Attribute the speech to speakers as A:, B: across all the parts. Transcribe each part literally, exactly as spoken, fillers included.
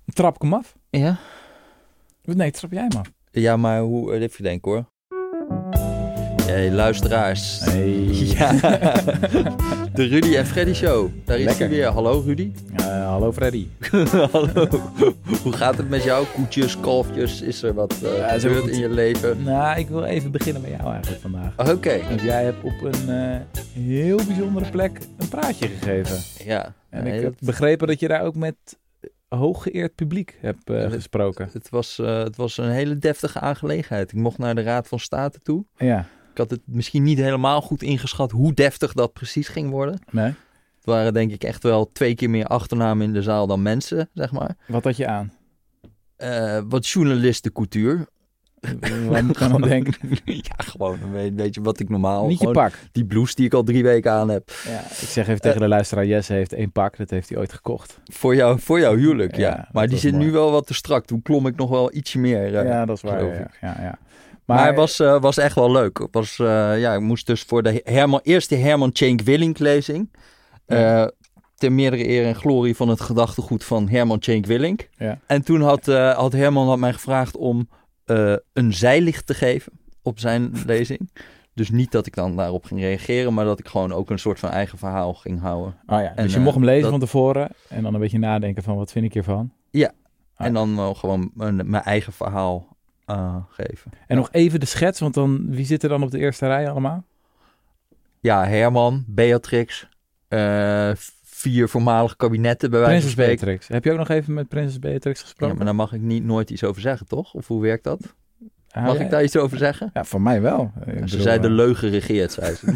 A: Trap ik hem af?
B: Ja?
A: Nee, trap jij hem af.
B: Ja, maar hoe... Even denken hoor. Hey, luisteraars.
A: Hey.
B: Ja. De Rudy en Freddy Show. Daar is
A: Lekker.
B: hij weer. Hallo Rudy.
A: Uh, hallo Freddy.
B: Hallo. Hoe gaat het met jou? Koetjes, kalfjes? Is er wat uh,
A: Ja, zo
B: gebeurd
A: goed.
B: in je leven?
A: Nou, ik wil even beginnen met jou eigenlijk vandaag.
B: Oké. Okay.
A: Want jij hebt op een uh, heel bijzondere plek een praatje gegeven.
B: Ja.
A: En
B: nee,
A: ik heb
B: dat...
A: begrepen dat je daar ook met hooggeëerd publiek hebt uh, gesproken.
B: Het was, uh, het was een hele deftige aangelegenheid. Ik mocht naar de Raad van State toe.
A: Ja.
B: Ik had het misschien niet helemaal goed ingeschat hoe deftig dat precies ging worden.
A: Nee.
B: Het waren denk ik echt wel twee keer meer achternamen in de zaal dan mensen, zeg maar.
A: Wat had je aan?
B: Uh, wat journalistencultuur.
A: Wat moet ik aan dan denken?
B: Ja, gewoon een beetje wat ik normaal...
A: Niet je pak.
B: Die blouse die ik al drie weken aan heb.
A: Ja, ik zeg even tegen uh, de luisteraar, Jesse heeft één pak. Dat heeft hij ooit gekocht.
B: Voor jou, voor jouw huwelijk, ja.
A: ja
B: maar die zit
A: mooi.
B: nu wel wat te strak. Toen klom ik nog wel ietsje meer. Uh,
A: ja, dat is waar. Ja, ja, ja.
B: Maar, maar het was, uh, was echt wel leuk. Het was, uh, ja, ik moest dus voor de Herman, eerste Herman Tjenk Willink lezing. Uh, ja. Ter meerdere eer en glorie van het gedachtegoed van Herman Tjenk Willink.
A: Ja.
B: En toen had, uh, had Herman had mij gevraagd om uh, een zijlicht te geven op zijn lezing. Dus niet dat ik dan daarop ging reageren, maar dat ik gewoon ook een soort van eigen verhaal ging houden.
A: Oh ja, dus
B: en,
A: je mocht hem lezen
B: dat...
A: van tevoren en dan een beetje nadenken van wat vind ik hiervan?
B: Ja,
A: ah.
B: en dan uh, gewoon mijn, mijn eigen verhaal uh, geven.
A: En
B: ja.
A: nog even de schets, want dan wie zit er dan op de eerste rij allemaal?
B: Ja, Herman, Beatrix, uh, vier voormalige kabinetten bij wijze van spreken.
A: Prinses Beatrix. Heb je ook nog even met Prinses Beatrix gesproken?
B: Ja, maar daar mag ik niet nooit iets over zeggen, toch? Of hoe werkt dat?
A: Ah,
B: Mag
A: ja.
B: ik daar iets over zeggen?
A: Ja, voor mij wel. Ik
B: ze
A: bedoel,
B: zei de leugen regeert, zei ze.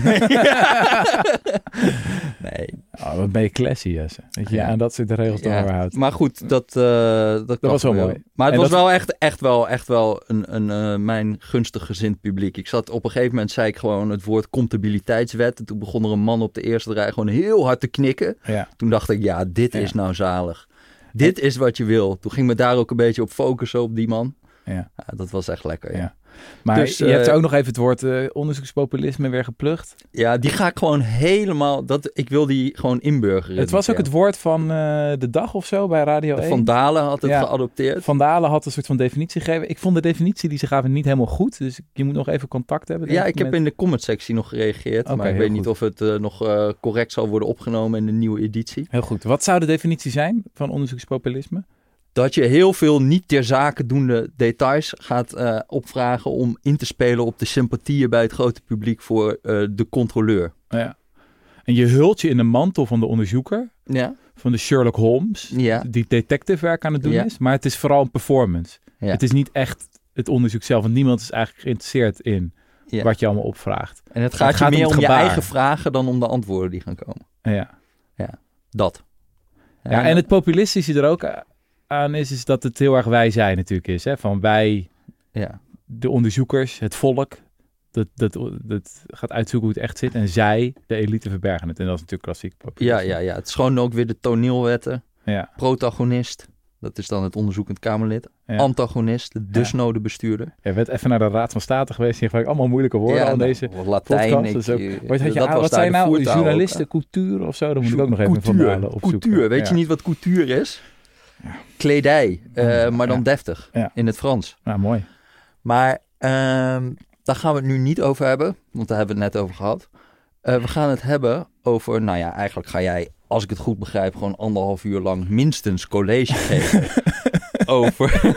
B: Nee.
A: Oh, wat ben je classy, Jesse. Dat je ja. aan dat soort regels te
B: ja.
A: houdt.
B: Maar goed, dat, uh, dat, dat
A: was wel mooi.
B: Maar het
A: en
B: was
A: dat...
B: wel echt, echt wel, echt wel een, een, uh, mijn gunstig gezind publiek. Ik zat op een gegeven moment, zei ik gewoon het woord comptabiliteitswet. En toen begon er een man op de eerste rij gewoon heel hard te knikken.
A: Ja.
B: Toen dacht ik, ja, dit
A: ja.
B: is nou zalig. Dit en... is wat je wil. Toen ging me daar ook een beetje op focussen, op die man.
A: Ja.
B: Ja, dat was echt lekker, ja.
A: ja. Maar
B: dus,
A: je
B: uh,
A: hebt ook nog even het woord uh, onderzoekspopulisme weer geplukt.
B: Ja, die ga ik gewoon helemaal... Dat, ik wil die gewoon inburgeren.
A: Het was ook het woord van uh, de dag of zo bij Radio één.
B: Van Dalen had het
A: ja.
B: geadopteerd.
A: Van Dalen had een soort van definitie gegeven. Ik vond de definitie die ze gaven niet helemaal goed. Dus je moet nog even contact hebben.
B: Ja, ik
A: met...
B: heb in de comment-sectie nog gereageerd. Okay, maar ik weet goed. niet of het uh, nog uh, correct zal worden opgenomen in de nieuwe editie.
A: Heel goed. Wat zou de definitie zijn van onderzoekspopulisme?
B: Dat je heel veel niet ter zake doende details gaat uh, opvragen om in te spelen op de sympathieën bij het grote publiek voor uh, de controleur.
A: Ja. En je hult je in de mantel van de onderzoeker,
B: ja.
A: van de Sherlock Holmes,
B: ja.
A: die detective werk aan het doen
B: ja.
A: is. Maar het is vooral een performance. Ja. Het is niet echt het onderzoek zelf, want niemand is eigenlijk geïnteresseerd in ja. wat je allemaal opvraagt.
B: En het gaat, het gaat je meer om, om je eigen vragen dan om de antwoorden die gaan komen.
A: Ja.
B: Ja, dat.
A: Ja, ja en het populistische er ook aan is, is dat het heel erg wij zijn natuurlijk is. Hè? Van wij,
B: ja.
A: de onderzoekers, het volk, dat, dat, dat gaat uitzoeken hoe het echt zit. En zij, de elite, verbergen het. En dat is natuurlijk klassiek populisme.
B: Ja, ja, ja. Het is gewoon ook weer de toneelwetten.
A: Ja.
B: Protagonist, dat is dan het onderzoekend Kamerlid.
A: Ja.
B: Antagonist, de dusnode bestuurder.
A: Je bent even naar de Raad van State geweest. Je gebruikt allemaal moeilijke woorden
B: ja,
A: al
B: nou,
A: deze
B: Latijn,
A: podcast. Dus ook,
B: ik,
A: wat had je
B: dat
A: aan, wat zijn nou journalisten, cultuur of zo? Dan moet ik ook nog even van Dalen opzoeken.
B: Couture, weet ja. je niet wat couture is? Ja. Kledij, uh, maar dan ja. deftig, ja. in het Frans.
A: Ja, mooi.
B: Maar uh, daar gaan we het nu niet over hebben, want daar hebben we het net over gehad. Uh, we gaan het hebben over, nou ja, eigenlijk ga jij, als ik het goed begrijp, gewoon anderhalf uur lang minstens college geven. over,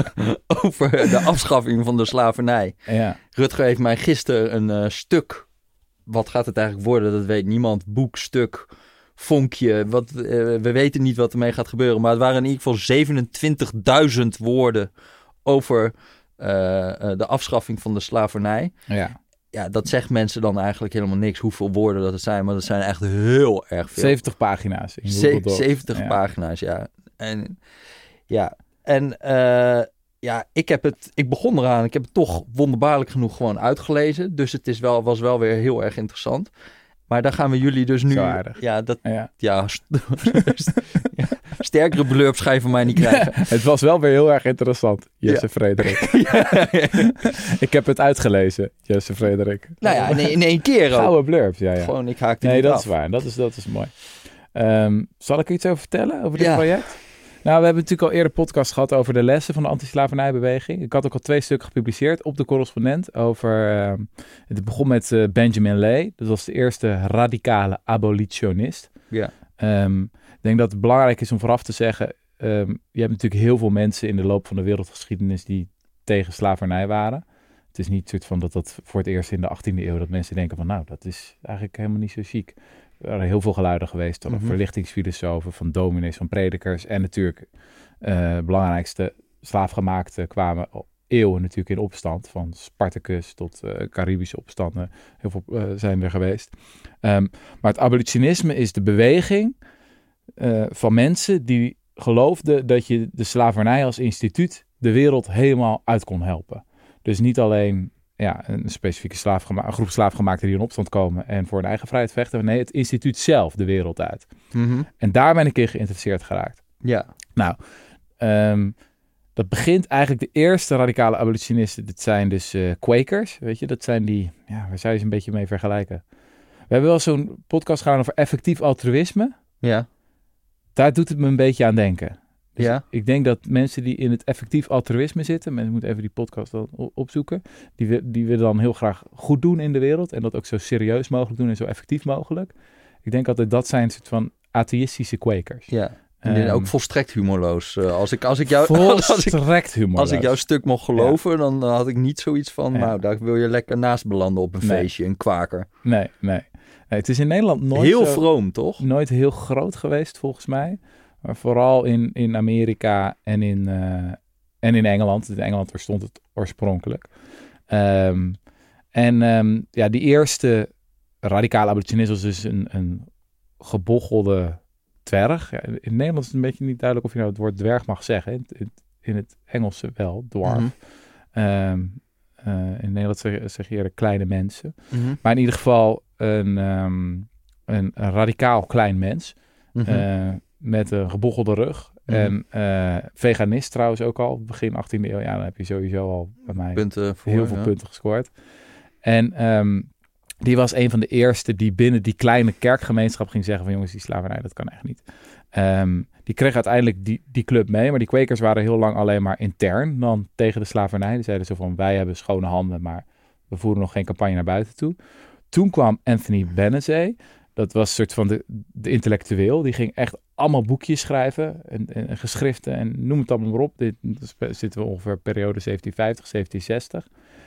B: over de afschaffing van de slavernij.
A: Ja.
B: Rutger heeft mij gisteren een uh, stuk, wat gaat het eigenlijk worden, dat weet niemand, boekstuk... vonkje, wat, uh, we weten niet wat ermee gaat gebeuren, maar het waren in ieder geval zevenentwintigduizend woorden over uh, uh, de afschaffing van de slavernij.
A: Ja.
B: Ja, dat zegt mensen dan eigenlijk helemaal niks, hoeveel woorden dat het zijn, maar dat zijn echt heel erg veel.
A: zeventig pagina's. In
B: Ze- zeventig ja. pagina's, ja. En ja, en uh, ja, ik heb het, ik begon eraan, ik heb het toch wonderbaarlijk genoeg gewoon uitgelezen, dus het is wel, was wel weer heel erg interessant. Maar daar gaan we jullie dus nu...
A: Zo aardig.
B: Ja, dat,
A: ja.
B: ja, st- ja sterkere blurps ga je van mij niet krijgen.
A: Het was wel weer heel erg interessant, Jesse ja. Frederik. ja, ja, ja. Ik heb het uitgelezen, Jesse Frederik.
B: Nou ja, in, in één keer ook.
A: Gouden blurps, ja, ja.
B: Gewoon, ik haak die
A: nee,
B: niet
A: dat
B: af.
A: is waar. Dat is, dat is mooi. Um, zal ik er iets over vertellen, over dit
B: ja.
A: project? Nou, we hebben natuurlijk al eerder podcast gehad over de lessen van de antislavernijbeweging. Ik had ook al twee stukken gepubliceerd op de Correspondent over... Uh, het begon met uh, Benjamin Lay. Dat was de eerste radicale abolitionist.
B: Ja.
A: Um, ik denk dat het belangrijk is om vooraf te zeggen... Um, je hebt natuurlijk heel veel mensen in de loop van de wereldgeschiedenis die tegen slavernij waren. Het is niet soort van dat dat voor het eerst in de achttiende eeuw... dat mensen denken van nou, dat is eigenlijk helemaal niet zo chic. Er waren heel veel geluiden geweest van mm-hmm. verlichtingsfilosofen, van dominees, van predikers. En natuurlijk uh, belangrijkste slaafgemaakten kwamen al eeuwen natuurlijk in opstand. Van Spartacus tot uh, Caribische opstanden. Heel veel uh, zijn er geweest. Um, maar het abolitionisme is de beweging uh, van mensen die geloofden dat je de slavernij als instituut de wereld helemaal uit kon helpen. Dus niet alleen... Ja, een specifieke slaafgema- een groep slaafgemaakten die in opstand komen en voor hun eigen vrijheid vechten. Nee, het instituut zelf de wereld uit.
B: Mm-hmm.
A: En daar ben ik in geïnteresseerd geraakt.
B: Ja.
A: Nou, um, dat begint eigenlijk de eerste radicale abolitionisten. Dat zijn dus uh, Quakers, weet je. Dat zijn die, ja, waar zou je ze een beetje mee vergelijken? We hebben wel zo'n podcast gedaan over effectief altruïsme.
B: Ja.
A: Daar doet het me een beetje aan denken. Dus
B: ja.
A: Ik denk dat mensen die in het effectief altruïsme zitten, mensen moeten even die podcast dan opzoeken, die, die willen dan heel graag goed doen in de wereld en dat ook zo serieus mogelijk doen en zo effectief mogelijk. Ik denk altijd dat zijn een soort van atheïstische Quakers.
B: Ja, en um, ook volstrekt humorloos. Uh, als ik, als ik jou,
A: volstrekt humorloos.
B: Als ik jouw stuk mocht geloven, ja. dan had ik niet zoiets van, ja. nou, daar wil je lekker naast belanden op een nee. feestje, een kwaker.
A: Nee, nee, nee. Het is in Nederland nooit
B: heel
A: zo,
B: vroom, toch?
A: Nooit heel groot geweest, volgens mij. Maar vooral in, in Amerika en in, uh, en in Engeland. In Engeland stond het oorspronkelijk. Um, en um, ja, die eerste radicale abolitionist was dus een, een gebochelde dwerg. Ja, in Nederland is het een beetje niet duidelijk of je nou het woord dwerg mag zeggen. In, in, in het Engelse wel, dwarf. Mm-hmm. Um, uh, in Nederland zeg, zeg je eerder kleine mensen. Mm-hmm. Maar in ieder geval een, um, een, een radicaal klein mens. Mm-hmm. Uh, met een gebochelde rug. Mm-hmm. En uh, veganist trouwens ook al. Begin achttiende eeuw. Ja, dan heb je sowieso al bij mij
B: punten voor,
A: heel veel
B: ja.
A: punten gescoord. En um, die was een van de eerste die binnen die kleine kerkgemeenschap ging zeggen van jongens, die slavernij, dat kan echt niet. Um, die kreeg uiteindelijk die, die club mee. Maar die Quakers waren heel lang alleen maar intern dan tegen de slavernij. Die zeiden zo van wij hebben schone handen, maar we voeren nog geen campagne naar buiten toe. Toen kwam Anthony Benezet. Dat was een soort van de, de intellectueel. Die ging echt allemaal boekjes schrijven en, en geschriften en noem het allemaal maar op. Dit zitten we ongeveer periode zeventien vijftig, zeventien zestig.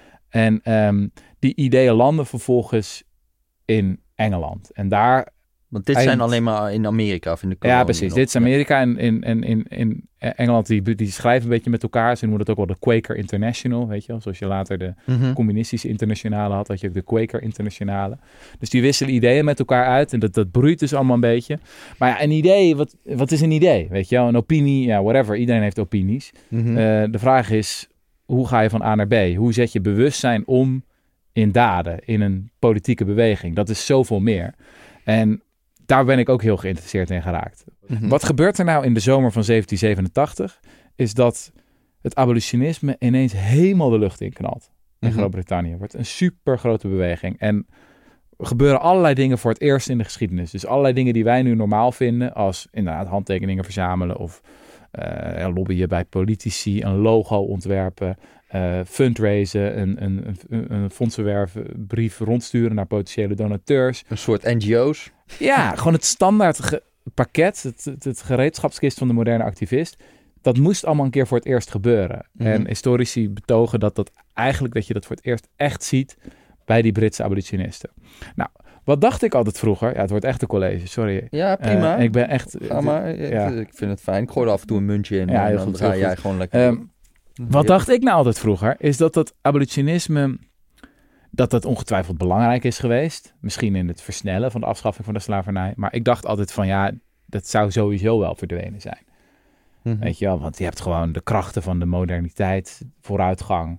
A: En um, die ideeën landen vervolgens in Engeland. En daar...
B: Want dit eind... zijn alleen maar in Amerika of in de kolonie.
A: Ja, precies. Dit is Amerika en in, in, in, in Engeland, die, die schrijven een beetje met elkaar. Ze noemen dat ook wel de Quaker International, weet je wel. Zoals je later de mm-hmm. communistische internationale had, had je ook de Quaker Internationale. Dus die wisselen ideeën met elkaar uit en dat, dat broeit dus allemaal een beetje. Maar ja, een idee, wat, wat is een idee? Weet je wel, een opinie, ja, whatever. Iedereen heeft opinies. Mm-hmm. Uh, de vraag is, hoe ga je van A naar B? Hoe zet je bewustzijn om in daden, in een politieke beweging? Dat is zoveel meer. En daar ben ik ook heel geïnteresseerd in geraakt. Mm-hmm. Wat gebeurt er nou in de zomer van zeventien zevenentachtig? Is dat het abolitionisme ineens helemaal de lucht in knalt. In mm-hmm. Groot-Brittannië. Het wordt een super grote beweging. En er gebeuren allerlei dingen voor het eerst in de geschiedenis. Dus allerlei dingen die wij nu normaal vinden. Als inderdaad handtekeningen verzamelen. Of uh, lobbyen bij politici. Een logo ontwerpen. Uh, fundraisen, een, een, een, een fondsenwerven, brief rondsturen naar potentiële donateurs.
B: Een soort N G O's.
A: Ja, gewoon het standaard ge- pakket, het, het, het gereedschapskist van de moderne activist. Dat moest allemaal een keer voor het eerst gebeuren. Mm-hmm. En historici betogen dat dat eigenlijk dat je dat voor het eerst echt ziet bij die Britse abolitionisten. Nou, wat dacht ik altijd vroeger? Ja, het wordt echt een college, sorry.
B: Ja, prima.
A: Uh, ik ben echt...
B: Ga maar, ja. ik vind het fijn. Ik gooi er af en toe een muntje in
A: ja,
B: en
A: heel
B: dan
A: goed,
B: draai
A: heel
B: jij
A: goed.
B: gewoon lekker...
A: Um, Wat dacht ik nou altijd vroeger, is dat dat abolitionisme, dat dat ongetwijfeld belangrijk is geweest. Misschien in het versnellen van de afschaffing van de slavernij. Maar ik dacht altijd van ja, dat zou sowieso wel verdwenen zijn. Mm-hmm. Weet je wel, want je hebt gewoon de krachten van de moderniteit, vooruitgang,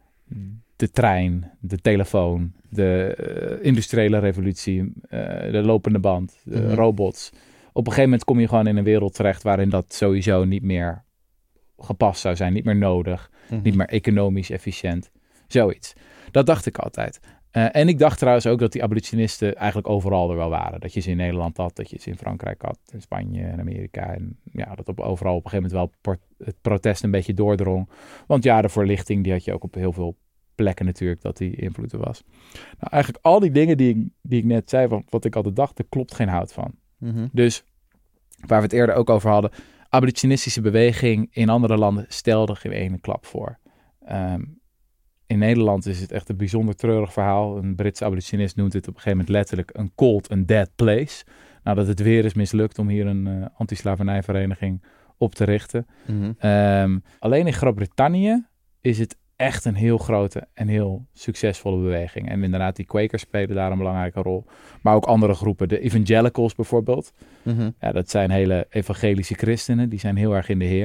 A: de trein, de telefoon, de uh, industriële revolutie, uh, de lopende band, de mm-hmm. robots. Op een gegeven moment kom je gewoon in een wereld terecht waarin dat sowieso niet meer gepast zou zijn, niet meer nodig, mm-hmm. niet meer economisch efficiënt. Zoiets. Dat dacht ik altijd. Uh, en ik dacht trouwens ook dat die abolitionisten eigenlijk overal er wel waren. Dat je ze in Nederland had, dat je ze in Frankrijk had, in Spanje en Amerika. En ja, dat op, overal op een gegeven moment wel port, het protest een beetje doordrong. Want ja, de voorlichting die had je ook op heel veel plekken natuurlijk, dat die invloed er was. Nou, eigenlijk al die dingen die ik, die ik net zei, wat, wat ik altijd dacht, er klopt geen hout van. Mm-hmm. Dus waar we het eerder ook over hadden, abolitionistische beweging in andere landen stelde geen ene klap voor. Um, in Nederland is het echt een bijzonder treurig verhaal. Een Britse abolitionist noemt het op een gegeven moment letterlijk een cold and dead place. Nadat het weer is mislukt om hier een uh, anti-slavernijvereniging op te richten. Mm-hmm. Um, alleen in Groot-Brittannië is het echt een heel grote en heel succesvolle beweging. En inderdaad, die Quakers spelen daar een belangrijke rol. Maar ook andere groepen. De evangelicals bijvoorbeeld. Mm-hmm. Ja, dat zijn hele evangelische christenen. Die zijn heel erg in de heer.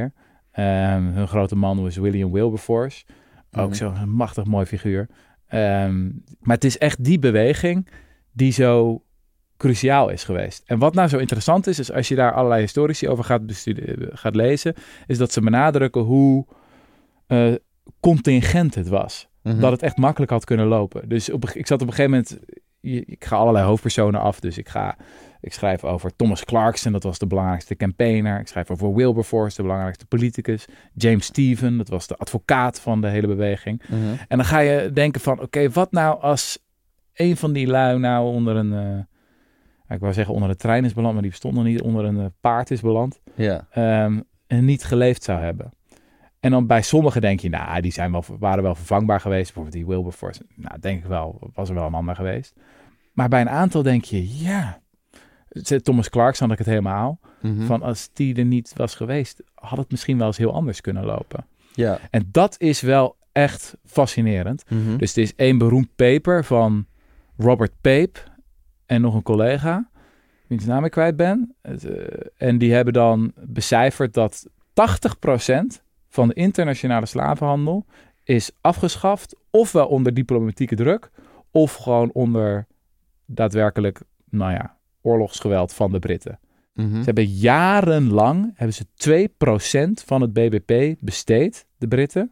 A: Um, hun grote man was William Wilberforce. Ook mm-hmm. zo'n machtig mooi figuur. Um, maar het is echt die beweging die zo cruciaal is geweest. En wat nou zo interessant is, is als je daar allerlei historici over gaat, bestuderen, gaat lezen, is dat ze benadrukken hoe uh, contingent het was. Mm-hmm. Dat het echt makkelijk had kunnen lopen. Dus op, ik zat op een gegeven moment, ik ga allerlei hoofdpersonen af, dus ik ga, ik schrijf over Thomas Clarkson, dat was de belangrijkste campaigner. Ik schrijf over Wilberforce, de belangrijkste politicus. James Stephen, dat was de advocaat van de hele beweging. Mm-hmm. En dan ga je denken van, oké, okay, wat nou als een van die lui nou onder een, uh, ik wou zeggen onder de trein is beland, maar die bestond nog niet, onder een uh, paard is beland. Yeah. Um, en niet geleefd zou hebben. En dan bij sommigen denk je, nou, die zijn wel, waren wel vervangbaar geweest. Bijvoorbeeld die Wilberforce, nou, denk ik wel, was er wel een ander geweest. Maar bij een aantal denk je, ja, Thomas Clarkson had ik het helemaal. Mm-hmm. Van als die er niet was geweest, had het misschien wel eens heel anders kunnen lopen. Ja. En dat is wel echt fascinerend. Mm-hmm. Dus het is één beroemd paper van Robert Pape en nog een collega, wiens naam ik kwijt ben. Het, uh, en die hebben dan becijferd dat tachtig procent van de internationale slavenhandel is afgeschaft, ofwel onder diplomatieke druk, of gewoon onder daadwerkelijk, nou ja, oorlogsgeweld van de Britten. Mm-hmm. Ze hebben jarenlang, hebben ze twee procent van het B B P besteed, de Britten,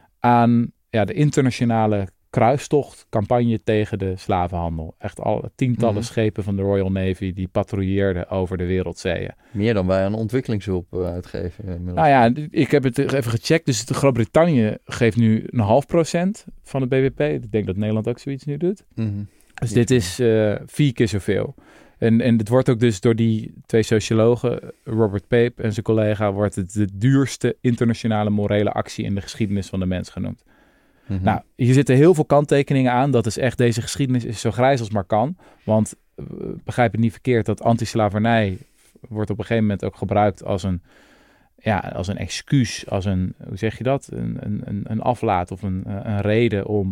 A: aan ja, de internationale kruistochtcampagne tegen de slavenhandel. Echt al tientallen mm-hmm. schepen van de Royal Navy die patrouilleerden over de wereldzeeën.
B: Meer dan wij aan ontwikkelingshulp uh, uitgeven. Inmiddels.
A: Nou ja, ik heb het even gecheckt. Dus Groot-Brittannië geeft nu een half procent van het B B P. Ik denk dat Nederland ook zoiets nu doet. Mm-hmm. Dus dit is uh, vier keer zoveel. En, en het wordt ook dus door die twee sociologen, Robert Pape en zijn collega, wordt het de duurste internationale morele actie in de geschiedenis van de mens genoemd. Mm-hmm. Nou, hier zitten heel veel kanttekeningen aan. Dat is echt, deze geschiedenis is zo grijs als maar kan. Want, uh, begrijp het niet verkeerd, dat antislavernij wordt op een gegeven moment ook gebruikt als een, ja, als een excuus, als een, hoe zeg je dat? Een, een, een aflaat of een, een reden om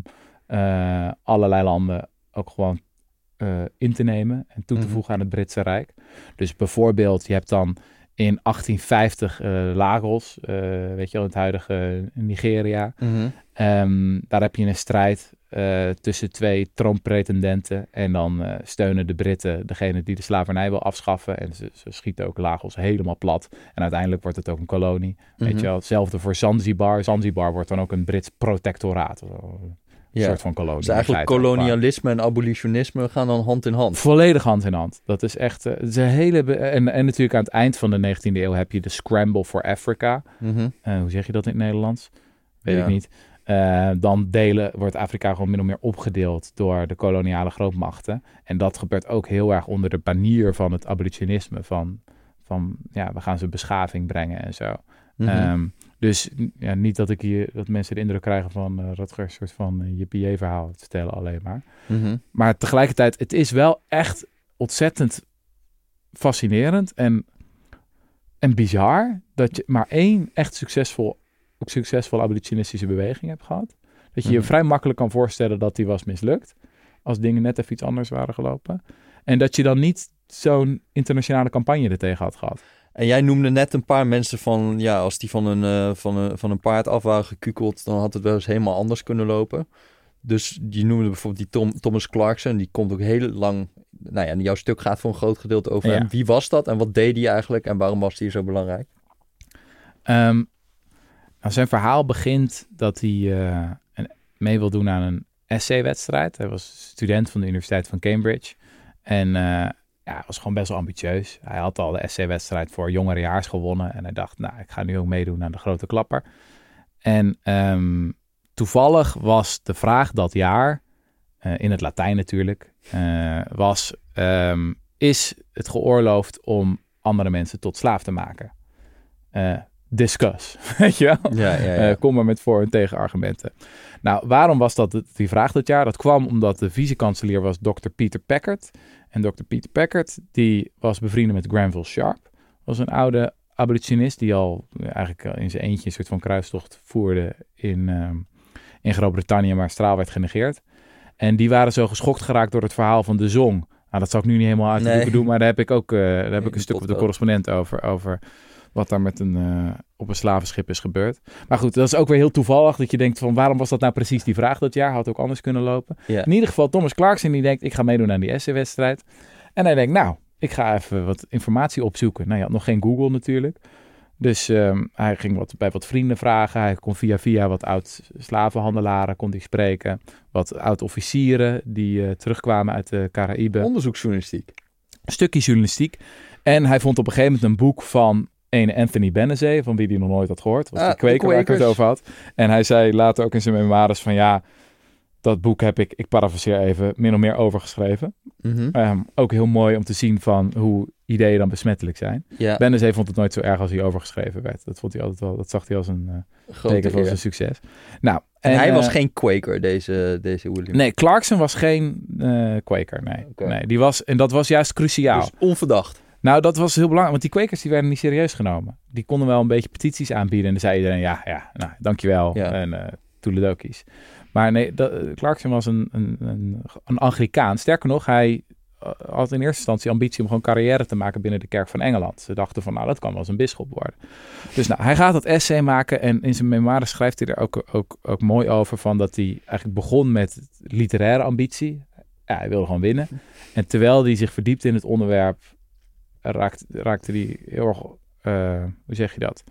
A: uh, allerlei landen ook gewoon uh, in te nemen en toe te voegen mm-hmm. aan het Britse Rijk. Dus bijvoorbeeld, je hebt dan in achttien vijftig uh, Lagos, uh, weet je wel, het huidige Nigeria. Mm-hmm. Um, daar heb je een strijd uh, tussen twee troonpretendenten. En dan uh, steunen de Britten degene die de slavernij wil afschaffen. En ze, ze schieten ook Lagos helemaal plat. En uiteindelijk wordt het ook een kolonie. Mm-hmm. Weet je wel, hetzelfde voor Zanzibar. Zanzibar wordt dan ook een Brits protectoraat. Een ja. soort van kolonie.
B: Dus eigenlijk kolonialisme en abolitionisme gaan dan hand in hand.
A: Volledig hand in hand. Dat is echt... Uh, het is een hele be- en, en natuurlijk aan het eind van de negentiende eeuw heb je de Scramble for Africa. Mm-hmm. Uh, hoe zeg je dat in het Nederlands? Weet ja. ik niet. Uh, dan delen, wordt Afrika gewoon min of meer opgedeeld door de koloniale grootmachten. En dat gebeurt ook heel erg onder de banier van het abolitionisme. Van, van ja, we gaan ze beschaving brengen en zo. Mm-hmm. Um, dus ja, niet dat ik hier dat mensen de indruk krijgen van uh, Rutger een soort van uh, J P J-verhaal te vertellen alleen maar. Mm-hmm. Maar tegelijkertijd, het is wel echt ontzettend fascinerend en, en bizar dat je maar één echt succesvol, ook succesvolle abolitionistische beweging hebt gehad. Dat je mm-hmm. je vrij makkelijk kan voorstellen dat die was mislukt als dingen net even iets anders waren gelopen. En dat je dan niet zo'n internationale campagne er tegen had gehad.
B: En jij noemde net een paar mensen van, ja, als die van een, uh, van een, van een paard af waren gekukeld, dan had het wel eens helemaal anders kunnen lopen. Dus je noemde bijvoorbeeld die Tom, Thomas Clarkson, die komt ook heel lang, nou ja, jouw stuk gaat voor een groot gedeelte over ja. hem. Wie was dat en wat deed hij eigenlijk en waarom was hij zo belangrijk?
A: Um, nou, zijn verhaal begint dat hij uh, mee wil doen aan een essay-wedstrijd. Hij was student van de Universiteit van Cambridge. En uh, ja, hij was gewoon best wel ambitieus. Hij had al de essay-wedstrijd voor jongerejaars gewonnen. En hij dacht, nou, ik ga nu ook meedoen aan de grote klapper. En um, toevallig was de vraag dat jaar, uh, in het Latijn natuurlijk, uh, was, um, is het geoorloofd om andere mensen tot slaaf te maken? Uh, discuss, weet je wel?
B: Ja, ja, ja.
A: Uh, kom maar met voor- en tegenargumenten. Nou, waarom was dat die vraag dat jaar? Dat kwam omdat de vice-kanselier was dokter Peter Packard. En dokter Peter Packard, die was bevriend met Granville Sharp. Was een oude abolitionist die al eigenlijk in zijn eentje een soort van kruistocht voerde in, um, in Groot-Brittannië, maar straal werd genegeerd. En die waren zo geschokt geraakt door het verhaal van de Zong. Nou, dat zal ik nu niet helemaal uit de doeken doen, maar daar heb ik ook uh, daar heb ik een stuk op de correspondent over, over wat daar met een, uh, op een slavenschip is gebeurd. Maar goed, dat is ook weer heel toevallig dat je denkt van waarom was dat nou precies die vraag dat jaar? Had ook anders kunnen lopen. Yeah. In ieder geval Thomas Clarkson die denkt ik ga meedoen aan die essay-wedstrijd. En hij denkt nou, ik ga even wat informatie opzoeken. Nou, je had nog geen Google natuurlijk. Dus um, hij ging wat, bij wat vrienden vragen. Hij kon via via wat oud-slavenhandelaren kon hij spreken. Wat oud-officieren die uh, terugkwamen uit de Caraïben.
B: Onderzoeksjournalistiek.
A: Een stukje journalistiek. En hij vond op een gegeven moment een boek van een Anthony Benezet, van wie hij nog nooit had gehoord. Dat was ah, de kweker waar ik het over had. En hij zei later ook in zijn memoires van ja, dat boek heb ik, ik parafraseer even, min of meer overgeschreven. Mm-hmm. Um, ook heel mooi om te zien van hoe ideeën dan besmettelijk zijn. Yeah. Benezet vond het nooit zo erg als hij overgeschreven werd. Dat vond hij altijd wel, dat zag hij als een uh, teken van zijn succes. Nou,
B: en, en hij uh, was geen Quaker, deze, deze William.
A: Nee, Clarkson was geen uh, Quaker, nee. Okay. nee. Die was, en dat was juist cruciaal.
B: Dus onverdacht.
A: Nou, dat was heel belangrijk, want die kwekers die werden niet serieus genomen. Die konden wel een beetje petities aanbieden en dan zei iedereen, ja, ja, nou, dankjewel ja. en uh, toeledokies. Maar nee, dat, Clarkson was een, een, een, een Anglicaan. Sterker nog, hij had in eerste instantie ambitie om gewoon carrière te maken binnen de kerk van Engeland. Ze dachten van, nou, dat kan wel eens een bisschop worden. Dus nou, hij gaat dat essay maken en in zijn memoires schrijft hij er ook, ook, ook mooi over van dat hij eigenlijk begon met literaire ambitie. Ja, hij wilde gewoon winnen. En terwijl hij zich verdiept in het onderwerp, raakte, raakte hij heel erg, uh, hoe zeg je dat?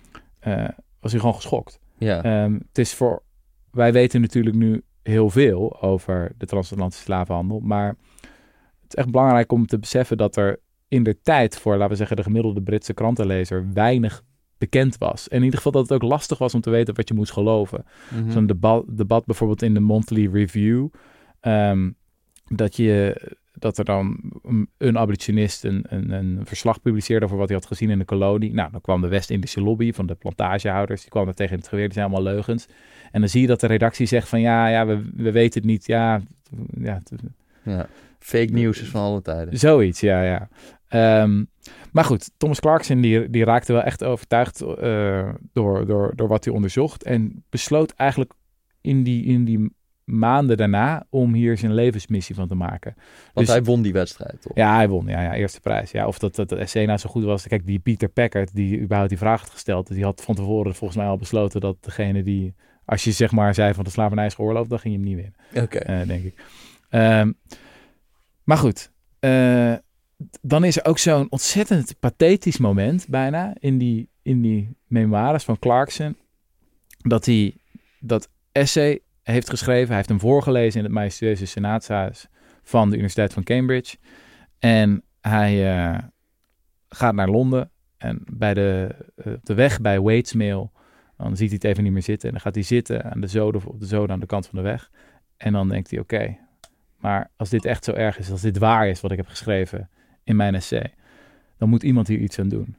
A: Uh, was hij gewoon geschokt.
B: Ja.
A: Um, het is voor, wij weten natuurlijk nu heel veel over de transatlantische slavenhandel, maar het is echt belangrijk om te beseffen dat er in de tijd voor, laten we zeggen, de gemiddelde Britse krantenlezer weinig bekend was. En in ieder geval dat het ook lastig was om te weten wat je moest geloven. Mm-hmm. Zo'n debat, debat bijvoorbeeld in de Monthly Review, um, dat je... dat er dan een abolitionist een, een, een verslag publiceerde over wat hij had gezien in de kolonie. Nou, dan kwam de West-Indische lobby van de plantagehouders. Die kwam er tegen het geweer, die zijn allemaal leugens. En dan zie je dat de redactie zegt van ja, ja we, we weten het niet. Ja, ja, t-
B: ja, fake news is van alle tijden.
A: Zoiets, ja, ja. Um, maar goed, Thomas Clarkson die, die raakte wel echt overtuigd uh, door, door, door wat hij onderzocht. En besloot eigenlijk in die... In die maanden daarna om hier zijn levensmissie van te maken.
B: Want dus, hij won die wedstrijd, toch?
A: Ja, hij won. Ja, ja, eerste prijs. Ja, of dat, dat de essay nou zo goed was. Kijk, die Peter Packard, die überhaupt die vraag had gesteld, die had van tevoren volgens mij al besloten dat degene die, als je zeg maar zei van de slavernij is geoorloofd, dan ging je hem niet winnen.
B: Oké. Okay.
A: Uh, denk ik. Um, maar goed. Uh, dan is er ook zo'n ontzettend pathetisch moment bijna in die, in die memoires van Clarkson, dat hij dat essay heeft geschreven. Hij heeft hem voorgelezen in het majestueuze senaatshuis van de Universiteit van Cambridge. En hij uh, gaat naar Londen. En bij de, uh, op de weg bij Waits Mill, dan ziet hij het even niet meer zitten. En dan gaat hij zitten aan de zoden, op de zoden aan de kant van de weg. En dan denkt hij, oké, okay, maar als dit echt zo erg is, als dit waar is wat ik heb geschreven in mijn essay, dan moet iemand hier iets aan doen.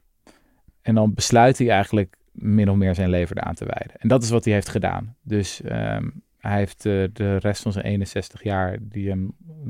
A: En dan besluit hij eigenlijk min of meer zijn leven eraan te wijden. En dat is wat hij heeft gedaan. Dus um, hij heeft uh, de rest van zijn eenenzestig jaar die hem uh,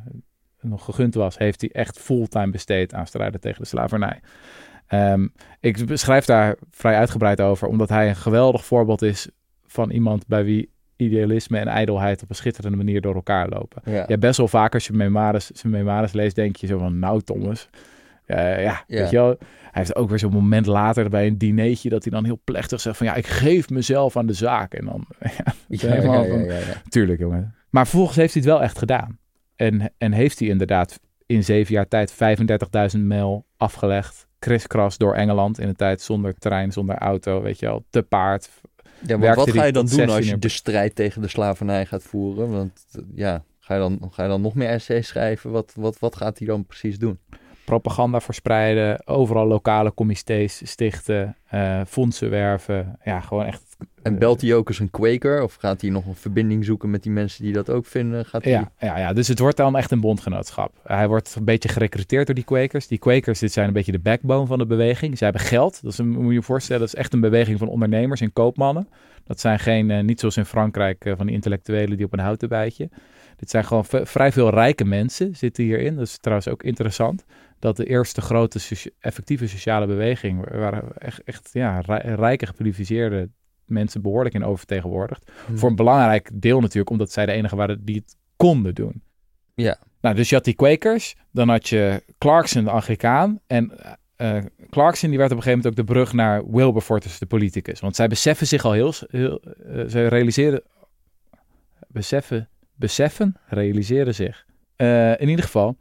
A: nog gegund was, heeft hij echt fulltime besteed aan strijden tegen de slavernij. Um, ik beschrijf daar vrij uitgebreid over, omdat hij een geweldig voorbeeld is van iemand bij wie idealisme en ijdelheid op een schitterende manier door elkaar lopen. Ja, ja best wel vaak als je memoires, zijn memoires leest, denk je zo van, nou Thomas, uh, ja, ja, weet je wel. Hij heeft ook weer zo'n moment later bij een dinertje dat hij dan heel plechtig zegt van ja, ik geef mezelf aan de zaak. En dan, ja,
B: ja, ja, ja, ja, ja.
A: Tuurlijk, jongen. Maar vervolgens heeft hij het wel echt gedaan. En, en heeft hij inderdaad in zeven jaar tijd vijfendertigduizend mijl afgelegd, kriskras door Engeland in een tijd zonder trein, zonder auto, weet je wel, te paard,
B: Ja, maar wat ga je dan doen als je de strijd tegen de slavernij gaat voeren? Want ja, ga je dan, ga je dan nog meer essays schrijven? Wat, wat, wat gaat hij dan precies doen?
A: Propaganda verspreiden, overal lokale comité's stichten, uh, fondsen werven. Ja, gewoon echt...
B: En belt hij ook eens een Quaker? Of gaat hij nog een verbinding zoeken met die mensen die dat ook vinden? Gaat hij...
A: ja, ja, ja, dus het wordt dan echt een bondgenootschap. Hij wordt een beetje gerecruiteerd door die Quakers. Die Quakers, dit zijn een beetje de backbone van de beweging. Ze hebben geld. Dat is een, moet je je voorstellen, dat is echt een beweging van ondernemers en koopmannen. Dat zijn geen, uh, niet zoals in Frankrijk, uh, van die intellectuelen die op een houten bijtje. Dit zijn gewoon v- vrij veel rijke mensen zitten hierin. Dat is trouwens ook interessant. Dat de eerste grote socia- effectieve sociale beweging, waren echt, echt ja, rij- rijke geprivilegeerde mensen behoorlijk in oververtegenwoordigd. Hmm. Voor een belangrijk deel natuurlijk, omdat zij de enige waren die het konden doen.
B: Ja.
A: Nou, dus je had die Quakers, dan had je Clarkson, de Anglikaan. En uh, Clarkson, die werd op een gegeven moment ook de brug naar Wilberforce, de politicus. Want zij beseffen zich al heel... heel uh, ze realiseren... Beseffen... Beseffen? Realiseren zich. Uh, in ieder geval...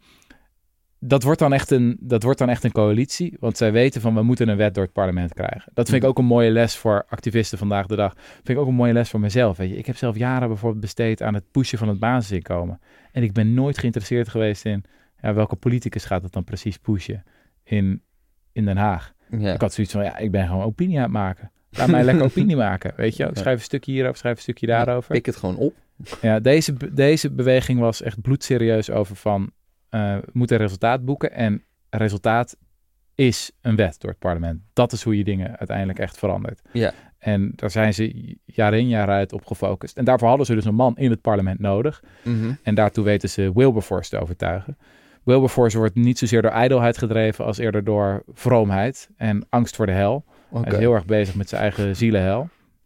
A: Dat wordt, dan echt een, dat wordt dan echt een coalitie. Want zij weten van, we moeten een wet door het parlement krijgen. Dat vind ik ook een mooie les voor activisten vandaag de dag. Vind ik ook een mooie les voor mezelf. Weet je. Ik heb zelf jaren bijvoorbeeld besteed aan het pushen van het basisinkomen. En ik ben nooit geïnteresseerd geweest in... Ja, welke politicus gaat het dan precies pushen in, in Den Haag. Ja. Ik had zoiets van, ja, ik ben gewoon opinie aan het maken. Laat mij lekker opinie maken, weet je. Ik schrijf een stukje hierover, schrijf een stukje daarover.
B: Ja, pik het gewoon op.
A: Ja, deze, deze beweging was echt bloedserieus over van... Uh, we moeten resultaat boeken en resultaat is een wet door het parlement. Dat is hoe je dingen uiteindelijk echt verandert.
B: Ja.
A: En daar zijn ze jaar in jaar uit op gefocust. En daarvoor hadden ze dus een man in het parlement nodig.
B: Mm-hmm.
A: En daartoe weten ze Wilberforce te overtuigen. Wilberforce wordt niet zozeer door ijdelheid gedreven als eerder door vroomheid en angst voor de hel. Okay. Hij is heel erg bezig met zijn eigen zielenhel.